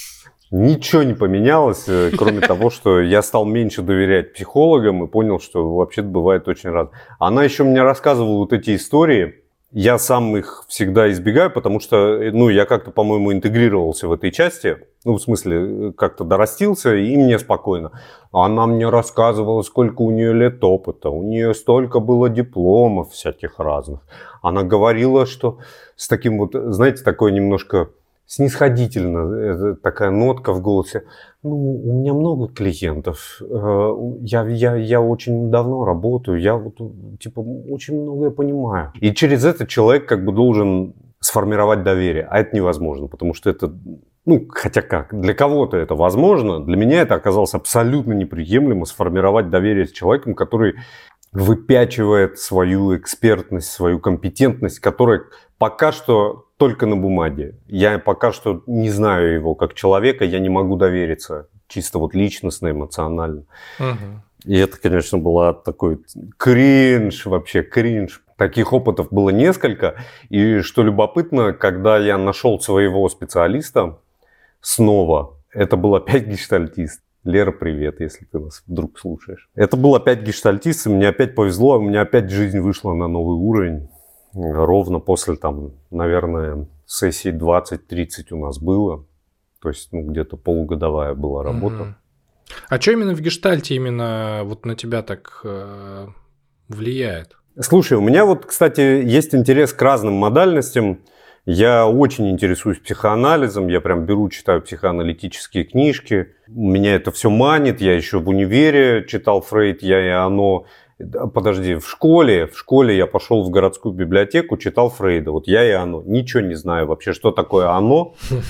Ничего не поменялось, кроме того, что я стал меньше доверять психологам и понял, что вообще-то бывает очень разное. Она еще мне рассказывала вот эти истории. Я сам их всегда избегаю, потому что, ну, я как-то, по-моему, интегрировался в этой части. Ну, в смысле, как-то дорастился, и мне спокойно. Она мне рассказывала, сколько у нее лет опыта. У нее столько было дипломов всяких разных. Она говорила, что с таким вот, знаете, такое немножко снисходительно, такая нотка в голосе. Ну, у меня много клиентов. Я, я, я очень давно работаю. Я вот, типа, очень многое понимаю. И через это человек как бы должен сформировать доверие. А это невозможно, потому что это... Ну, хотя как, для кого-то это возможно, для меня это оказалось абсолютно неприемлемо сформировать доверие с человеком, который выпячивает свою экспертность, свою компетентность, которая пока что только на бумаге. Я пока что не знаю его как человека, я не могу довериться чисто вот личностно, эмоционально. Угу. И это, конечно, была такой кринж, вообще кринж. Таких опытов было несколько. И что любопытно, когда я нашел своего специалиста, снова, это был опять гештальтист. Лера, привет, если ты нас вдруг слушаешь. Это был опять гештальтист, и мне опять повезло, у меня опять жизнь вышла на новый уровень. Ровно после, там, наверное, сессий двадцать-тридцать у нас было. То есть, ну, где-то полугодовая была работа. Угу. А что именно в гештальте именно вот на тебя так э, влияет? Слушай, у меня вот, кстати, есть интерес к разным модальностям. Я очень интересуюсь психоанализом, я прям беру, читаю психоаналитические книжки. Меня это все манит, я еще в универе читал Фрейд, я и оно... Подожди, в школе, в школе я пошел в городскую библиотеку, читал Фрейда. Вот я и оно. Ничего не знаю вообще, что такое оно.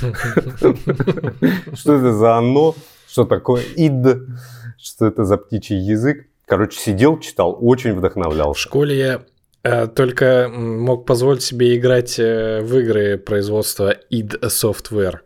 Что это за оно, что такое ид, что это за птичий язык. Короче, сидел, читал, очень вдохновлялся. В школе я э, только мог позволить себе играть э, в игры производства id Software.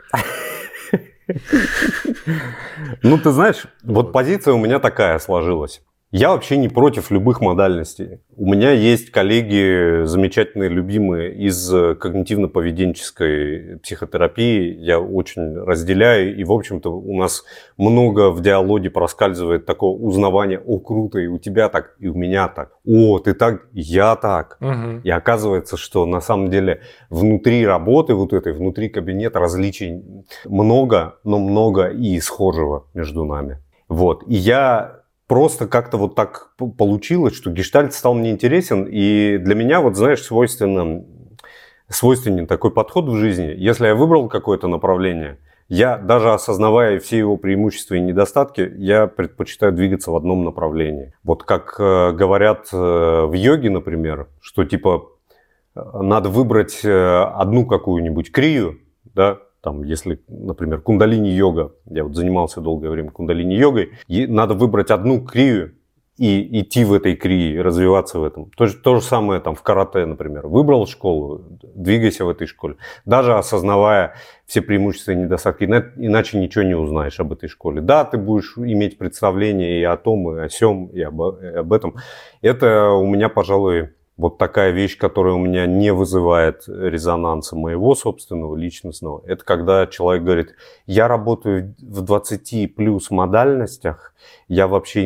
Ну, ты знаешь, вот позиция у меня такая сложилась. Я вообще не против любых модальностей. У меня есть коллеги замечательные, любимые из когнитивно-поведенческой психотерапии. Я очень разделяю. И, в общем-то, у нас много в диалоге проскальзывает такого узнавания. О, круто, и у тебя так, и у меня так. О, ты так, и я так. Угу. И оказывается, что на самом деле внутри работы вот этой, внутри кабинета различий много, но много и схожего между нами. Вот. И я... Просто как-то вот так получилось, что гештальт стал мне интересен. И для меня, вот знаешь, свойственно, свойственен такой подход в жизни. Если я выбрал какое-то направление, я, даже осознавая все его преимущества и недостатки, я предпочитаю двигаться в одном направлении. Вот как э, говорят э, в йоге, например, что типа надо выбрать э, одну какую-нибудь крию, да, там, если, например, кундалини-йога, я вот занимался долгое время кундалини-йогой, надо выбрать одну крию и идти в этой крии, развиваться в этом. То, то же самое там в карате, например. Выбрал школу, двигайся в этой школе. Даже осознавая все преимущества и недостатки, иначе ничего не узнаешь об этой школе. Да, ты будешь иметь представление и о том, и о сём, и об, и об этом. Это у меня, пожалуй... Вот такая вещь, которая у меня не вызывает резонанса моего собственного, личностного, это когда человек говорит, я работаю в двадцати плюс модальностях, я вообще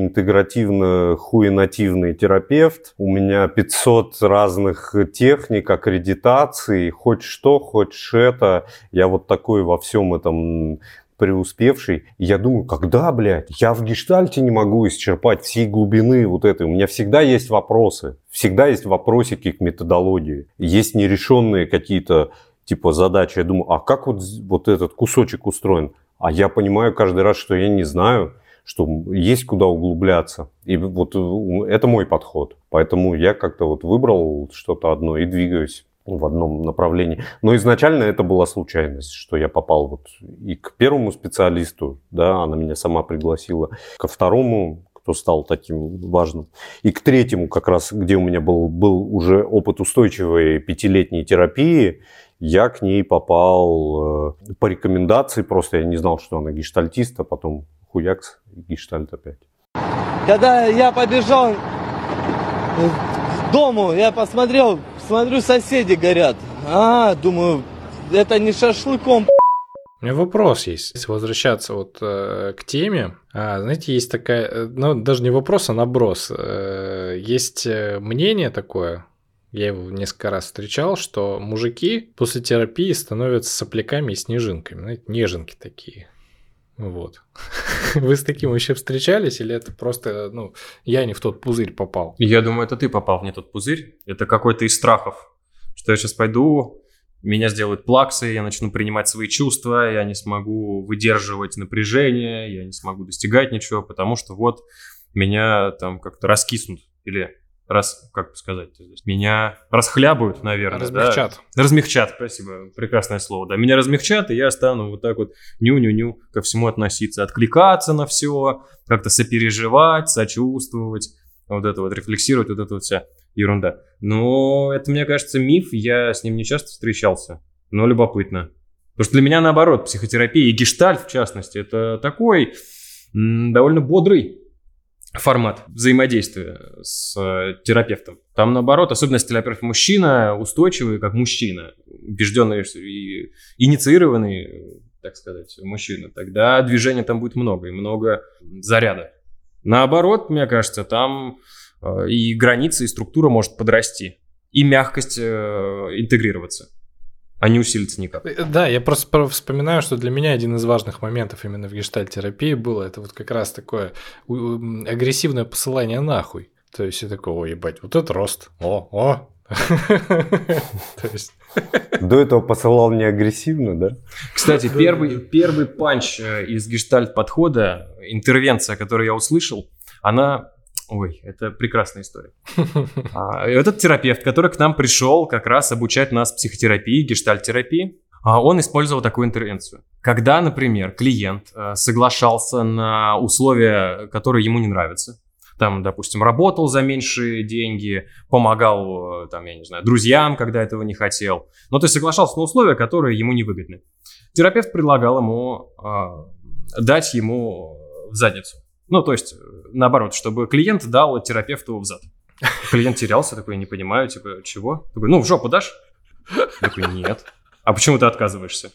интегративно-хуенативный терапевт, у меня пятьсот разных техник, аккредитаций, хоть что, хоть это, я вот такой во всем этом... преуспевший. И я думаю, когда, блядь, я в гештальте не могу исчерпать всей глубины вот этой. У меня всегда есть вопросы. Всегда есть вопросики к методологии. Есть нерешенные какие-то типа задачи. Я думаю, а как вот, вот этот кусочек устроен? А я понимаю каждый раз, что я не знаю, что есть куда углубляться. И вот это мой подход. Поэтому я как-то вот выбрал что-то одно и двигаюсь в одном направлении. Но изначально это была случайность, что я попал вот и к первому специалисту, да, она меня сама пригласила, ко второму, кто стал таким важным, и к третьему как раз, где у меня был, был уже опыт устойчивой пятилетней терапии, я к ней попал э, по рекомендации, просто я не знал, что она гештальтист, а потом хуякс, гештальт опять. Когда я побежал к дому, я посмотрел, смотрю, соседи горят. А, думаю, это не шашлыком. У меня вопрос есть. Если возвращаться вот э, к теме, а, знаете, есть такая, ну, даже не вопрос, а наброс. Э, есть мнение такое, я его несколько раз встречал, что мужики после терапии становятся сопляками и снежинками, знаете, неженки такие. Вот. Вы с таким вообще встречались, или это просто, ну, я не в тот пузырь попал? Я думаю, это ты попал в не тот пузырь. Это какой-то из страхов, что я сейчас пойду, меня сделают плаксы, я начну принимать свои чувства, я не смогу выдерживать напряжение, я не смогу достигать ничего, потому что вот меня там как-то раскиснут или раз, как бы сказать, то есть меня расхлябают, наверное. Размягчат. Да? Размягчат, спасибо, прекрасное слово. Да, меня размягчат, и я стану вот так вот ню-ню-ню ко всему относиться, откликаться на все, как-то сопереживать, сочувствовать, вот это вот, рефлексировать, вот это вот вся ерунда. Но это, мне кажется, миф, я с ним не часто встречался, но любопытно. Потому что для меня, наоборот, психотерапия и гештальт, в частности, это такой м, довольно бодрый формат взаимодействия с э, терапевтом. Там, наоборот, особенно если терапевт мужчина, устойчивый, как мужчина, убежденный и инициированный, так сказать, мужчина, тогда движения там будет много, и много заряда. Наоборот, мне кажется, там э, и границы, и структура может подрасти, и мягкость э, интегрироваться, а не усилиться никак. Да, я просто вспоминаю, что для меня один из важных моментов именно в гештальт-терапии было, это вот как раз такое агрессивное посылание нахуй. То есть я такой, ой, ебать, вот это рост, о, о. До этого посылал не агрессивно, да? Кстати, первый, первый панч из гештальт-подхода, интервенция, которую я услышал, она... Ой, это прекрасная история. А, этот терапевт, который к нам пришел как раз обучать нас психотерапии, гештальт-терапии, он использовал такую интервенцию. Когда, например, клиент соглашался на условия, которые ему не нравятся, там, допустим, работал за меньшие деньги, помогал, там, я не знаю, друзьям, когда этого не хотел, но то есть соглашался на условия, которые ему невыгодны. Терапевт предлагал ему э, дать ему в задницу. Ну, то есть, наоборот, чтобы клиент дал терапевту в зад. Клиент терялся, такой, не понимаю, типа, чего? Такой, ну, в жопу дашь? Такой, нет. А почему ты отказываешься?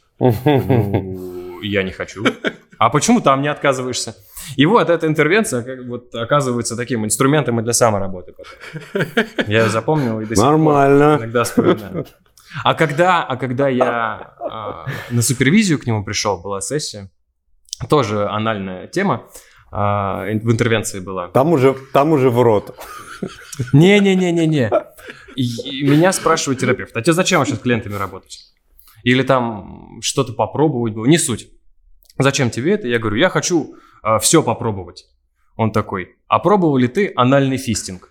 Ну, я не хочу. А почему там не отказываешься? И вот эта интервенция как, вот, оказывается таким инструментом и для самоработы. Я ее запомнил и до сих Нормально. пор иногда вспоминаю. А когда, а когда я а, на супервизию к нему пришел, была сессия, тоже анальная тема, а, в интервенции была. Там уже, там уже в рот. Не-не-не-не-не. И меня спрашивает терапевт, а тебе зачем вообще с клиентами работать? Или там что-то попробовать было? Не суть. Зачем тебе это? Я говорю, я хочу э, все попробовать. Он такой, а пробовал ли ты анальный фистинг?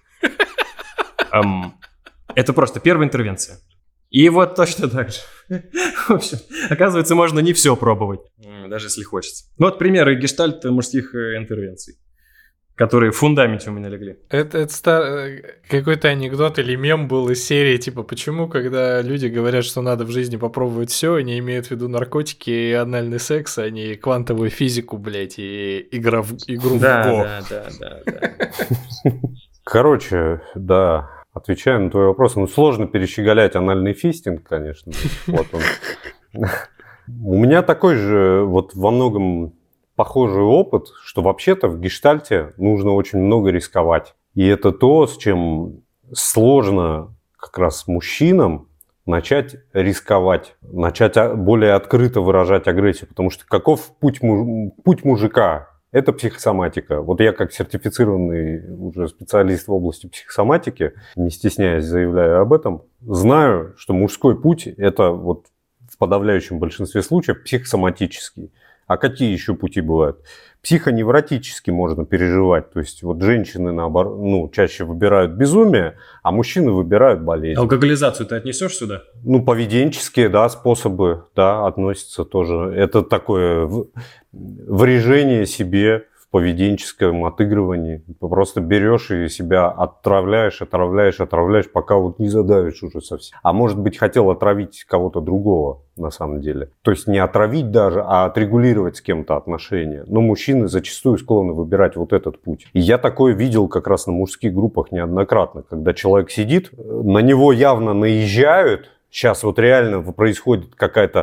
Эм, это просто первая интервенция. И вот точно так же. В общем, оказывается, можно не все пробовать, даже если хочется. Вот примеры гештальт мужских интервенций, которые в фундаменте у меня легли. Это, это стар... какой-то анекдот или мем был из серии, типа, почему, когда люди говорят, что надо в жизни попробовать все, они имеют в виду наркотики и анальный секс, а не квантовую физику, блядь, и игра в... игру да, в го. Да, да, да, да. Короче, да, отвечая на твой вопрос, ну, сложно перещеголять анальный фистинг, конечно. Вот он. У меня такой же, вот во многом... похожий опыт, что вообще-то в гештальте нужно очень много рисковать. И это то, с чем сложно как раз мужчинам начать рисковать, начать более открыто выражать агрессию. Потому что каков путь, муж... путь мужика? Это психосоматика. Вот я как сертифицированный уже специалист в области психосоматики, не стесняясь заявляю об этом, знаю, что мужской путь – это вот в подавляющем большинстве случаев психосоматический. А какие еще пути бывают? Психоневротически можно переживать. То есть вот женщины, наоборот, ну, чаще выбирают безумие, а мужчины выбирают болезнь. Алкоголизацию ты отнесешь сюда? Ну, поведенческие, да, способы, да, относятся тоже. Это такое врежение себе в поведенческом отыгрывании. Ты просто берешь и себя отравляешь, отравляешь, отравляешь, пока вот не задавишь уже совсем. А может быть, хотел отравить кого-то другого на самом деле. То есть не отравить даже, а отрегулировать с кем-то отношения. Но мужчины зачастую склонны выбирать вот этот путь. И я такое видел как раз на мужских группах неоднократно. Когда человек сидит, на него явно наезжают. Сейчас вот реально происходит какая-то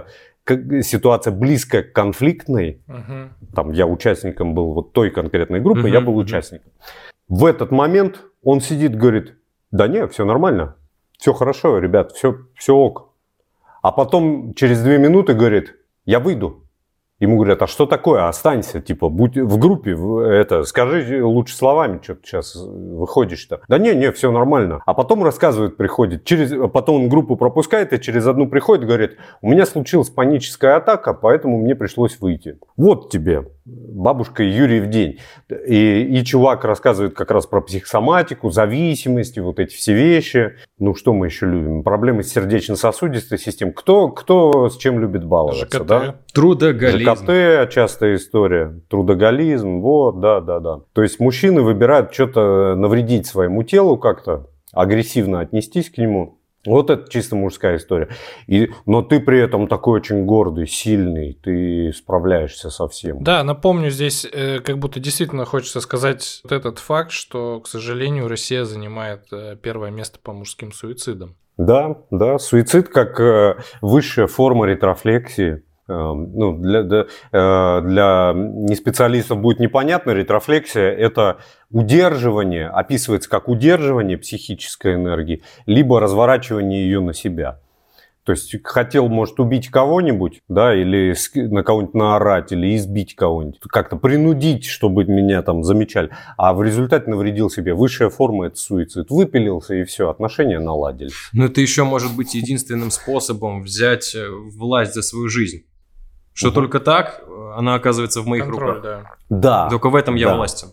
ситуация близкая к конфликтной, Мгм. там я участником был вот той конкретной группы, Мгм, я был мгм. участником. В этот момент он сидит, говорит, да не, все нормально, все хорошо, ребят, все, все ок. А потом через две минуты говорит, я выйду. Ему говорят, а что такое, останься, типа, будь в группе, в- это, скажи лучше словами, что ты сейчас выходишь-то. Да не, не, все нормально. А потом рассказывает, приходит, через, потом он группу пропускает, и через одну приходит, говорит, у меня случилась паническая атака, поэтому мне пришлось выйти. Вот тебе, бабушка Юрий в день. И, и чувак рассказывает как раз про психосоматику, зависимости, вот эти все вещи. Ну, что мы еще любим? Проблемы с сердечно-сосудистой системой. Кто, кто с чем любит баловаться, ЖКТ. да? Трудоголизм. ЖКТ, частая история, трудоголизм, вот, да, да, да. То есть мужчины выбирают что-то навредить своему телу как-то, агрессивно отнестись к нему. Вот это чисто мужская история. И, но ты при этом такой очень гордый, сильный, ты справляешься со всем. Да, напомню, здесь э, как будто действительно хочется сказать вот этот факт, что, к сожалению, Россия занимает э, первое место по мужским суицидам. Да, да, суицид как э, высшая форма ретрофлексии. Э, ну, для, для, э, для неспециалистов будет непонятно, ретрофлексия – это удерживание, описывается как удерживание психической энергии, либо разворачивание ее на себя. То есть хотел, может, убить кого-нибудь, да, или ски- на кого-нибудь наорать, или избить кого-нибудь, как-то принудить, чтобы меня там замечали, а в результате навредил себе. Высшая форма – это суицид. Выпилился, и все, отношения наладились. Но это еще может быть единственным способом взять э, власть за свою жизнь. Что Мгм. только так, э, она оказывается в моих Контроль, руках. да. Да. Только в этом я да. властен.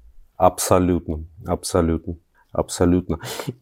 Абсолютно, абсолютно, абсолютно.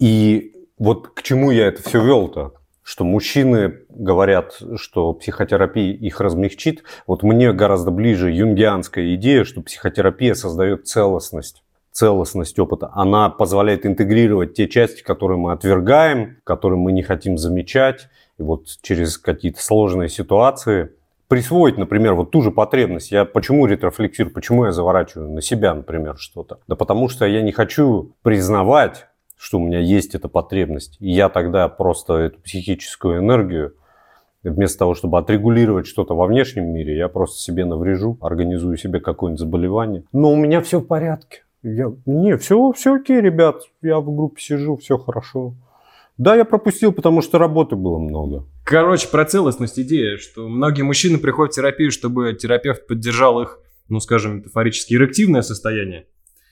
И вот к чему я это все вел-то? Что мужчины говорят, что психотерапия их размягчит. Вот мне гораздо ближе юнгианская идея, что психотерапия создает целостность. Целостность опыта. Она позволяет интегрировать те части, которые мы отвергаем, которые мы не хотим замечать. И вот через какие-то сложные ситуации присвоить, например, вот ту же потребность. Я почему ретрофлексирую, почему я заворачиваю на себя, например, что-то? Да потому что я не хочу признавать, что у меня есть эта потребность. И я тогда просто эту психическую энергию, вместо того, чтобы отрегулировать что-то во внешнем мире, я просто себе наврежу, организую себе какое-нибудь заболевание. Но у меня все в порядке. Я, не, все, все окей, ребят, я в группе сижу, все хорошо. Да, я пропустил, потому что работы было много. Короче, про целостность идея, что многие мужчины приходят в терапию, чтобы терапевт поддержал их, ну, скажем, метафорически эрективное состояние.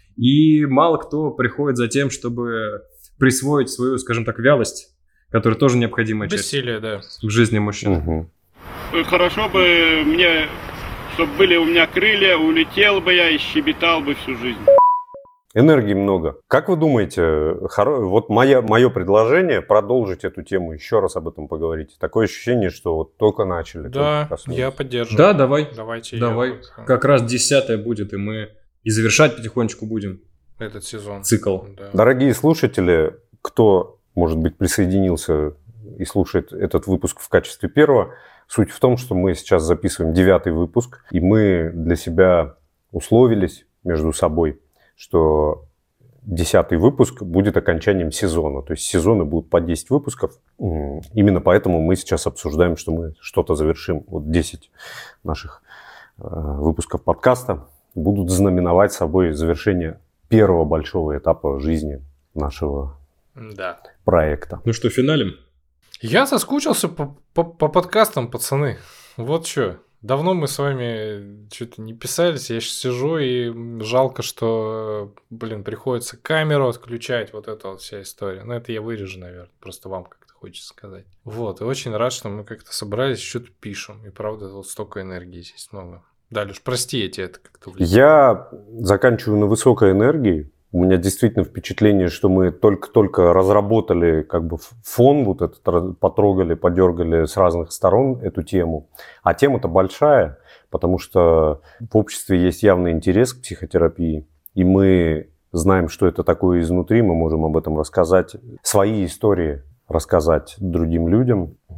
И мало кто приходит за тем, чтобы присвоить свою, скажем так, вялость, которая тоже необходимая часть Бессилие, да. в жизни мужчины. Угу. Хорошо бы мне, чтобы были у меня крылья, улетел бы я и щебетал бы всю жизнь. Энергии много. Как вы думаете, хоро... вот моя, мое предложение продолжить эту тему, еще раз об этом поговорить. Такое ощущение, что вот только начали. Да, только коснулись. я поддерживаю. Да, давай. Давайте я Давай. вот, э, Как раз десятое будет, и мы и завершать потихонечку будем этот сезон. цикл. Да. Дорогие слушатели, кто, может быть, присоединился и слушает этот выпуск в качестве первого, суть в том, что мы сейчас записываем девятый выпуск, и мы для себя условились между собой, что десятый выпуск будет окончанием сезона. То есть сезоны будут по десять выпусков. Именно поэтому мы сейчас обсуждаем, что мы что-то завершим. Вот десять наших выпусков подкаста будут знаменовать собой завершение первого большого этапа жизни нашего Да. проекта. Ну что, финалем? Я соскучился по, по, по подкастам, пацаны. Вот что. Давно мы с вами что-то не писались. Я сейчас сижу, и жалко, что, блин, приходится камеру отключать. Вот эта вот вся история. Но это я вырежу, наверное. Просто вам как-то хочется сказать. Вот. И очень рад, что мы как-то собрались, что-то пишем. И правда, вот столько энергии здесь много. Да, Леш, прости, я тебе это как-то увлекаю. Я заканчиваю на высокой энергии. У меня действительно впечатление, что мы только-только разработали как бы фон, вот этот, потрогали, подергали с разных сторон эту тему. А тема-то большая, потому что в обществе есть явный интерес к психотерапии, и мы знаем, что это такое изнутри, мы можем об этом рассказать, свои истории рассказать другим людям.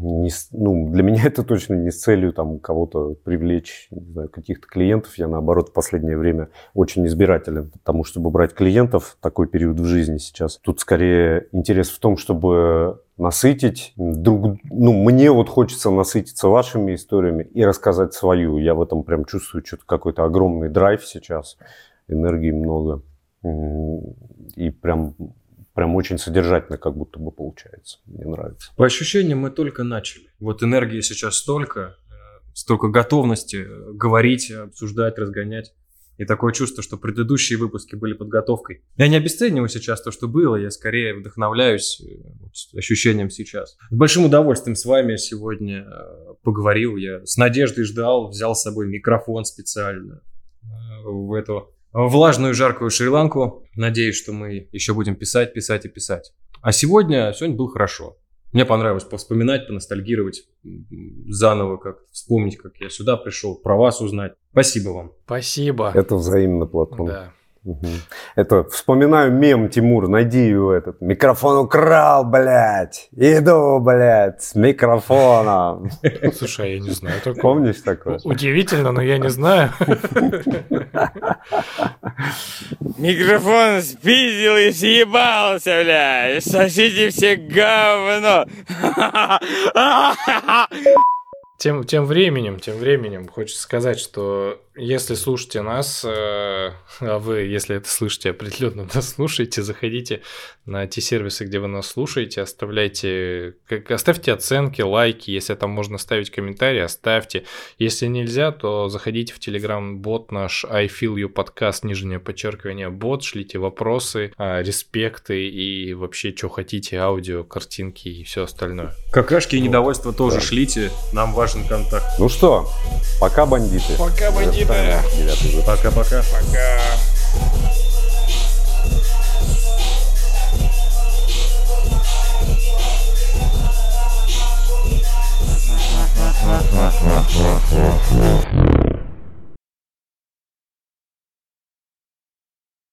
не, ну, для меня это точно не с целью там кого-то привлечь, не знаю, каких-то клиентов. Я, наоборот, в последнее время очень избирателен, потому чтобы брать клиентов в такой период в жизни сейчас. Тут скорее интерес в том, чтобы насытить друг... Ну, мне вот хочется насытиться вашими историями и рассказать свою. Я в этом прям чувствую что-то какой-то огромный драйв сейчас, энергии много. И прям... Прям очень содержательно как будто бы получается. Мне нравится. По ощущениям мы только начали. Вот энергии сейчас столько, столько готовности говорить, обсуждать, разгонять. И такое чувство, что предыдущие выпуски были подготовкой. Я не обесцениваю сейчас то, что было, я скорее вдохновляюсь ощущением сейчас. С большим удовольствием с вами сегодня поговорил. Я с надеждой ждал, взял с собой микрофон специально в эту... влажную жаркую Шри-Ланку. Надеюсь, что мы еще будем писать, писать и писать. А сегодня, сегодня было хорошо. Мне понравилось повспоминать, поностальгировать заново, как вспомнить, как я сюда пришел, про вас узнать. Спасибо вам. Спасибо. Это взаимно, Платон. Да. Угу. Это, вспоминаю мем, Тимур, найди его этот. Микрофон украл, блядь. Иду, блядь, с микрофоном. Слушай, я не знаю такого. Помнишь такое? Удивительно, но я не знаю. Микрофон спиздил и съебался, блядь. Сосите все говно. Тем, тем временем, тем временем хочется сказать, что если слушаете нас, э, а вы, если это слышите, определенно нас слушаете, заходите на те сервисы, где вы нас слушаете, оставляйте, как, оставьте оценки, лайки, если там можно ставить комментарии, оставьте. Если нельзя, то заходите в Telegram-бот наш I Feel You подкаст, нижнее подчеркивание бот, шлите вопросы, э, респекты и вообще, что хотите, аудио, картинки и все остальное. Какашки и недовольство тоже да. шлите, нам важен контакт. Ну что, пока, бандиты. Пока, бандиты. Пока-пока. Пока. Ha ha ha ha ha ha.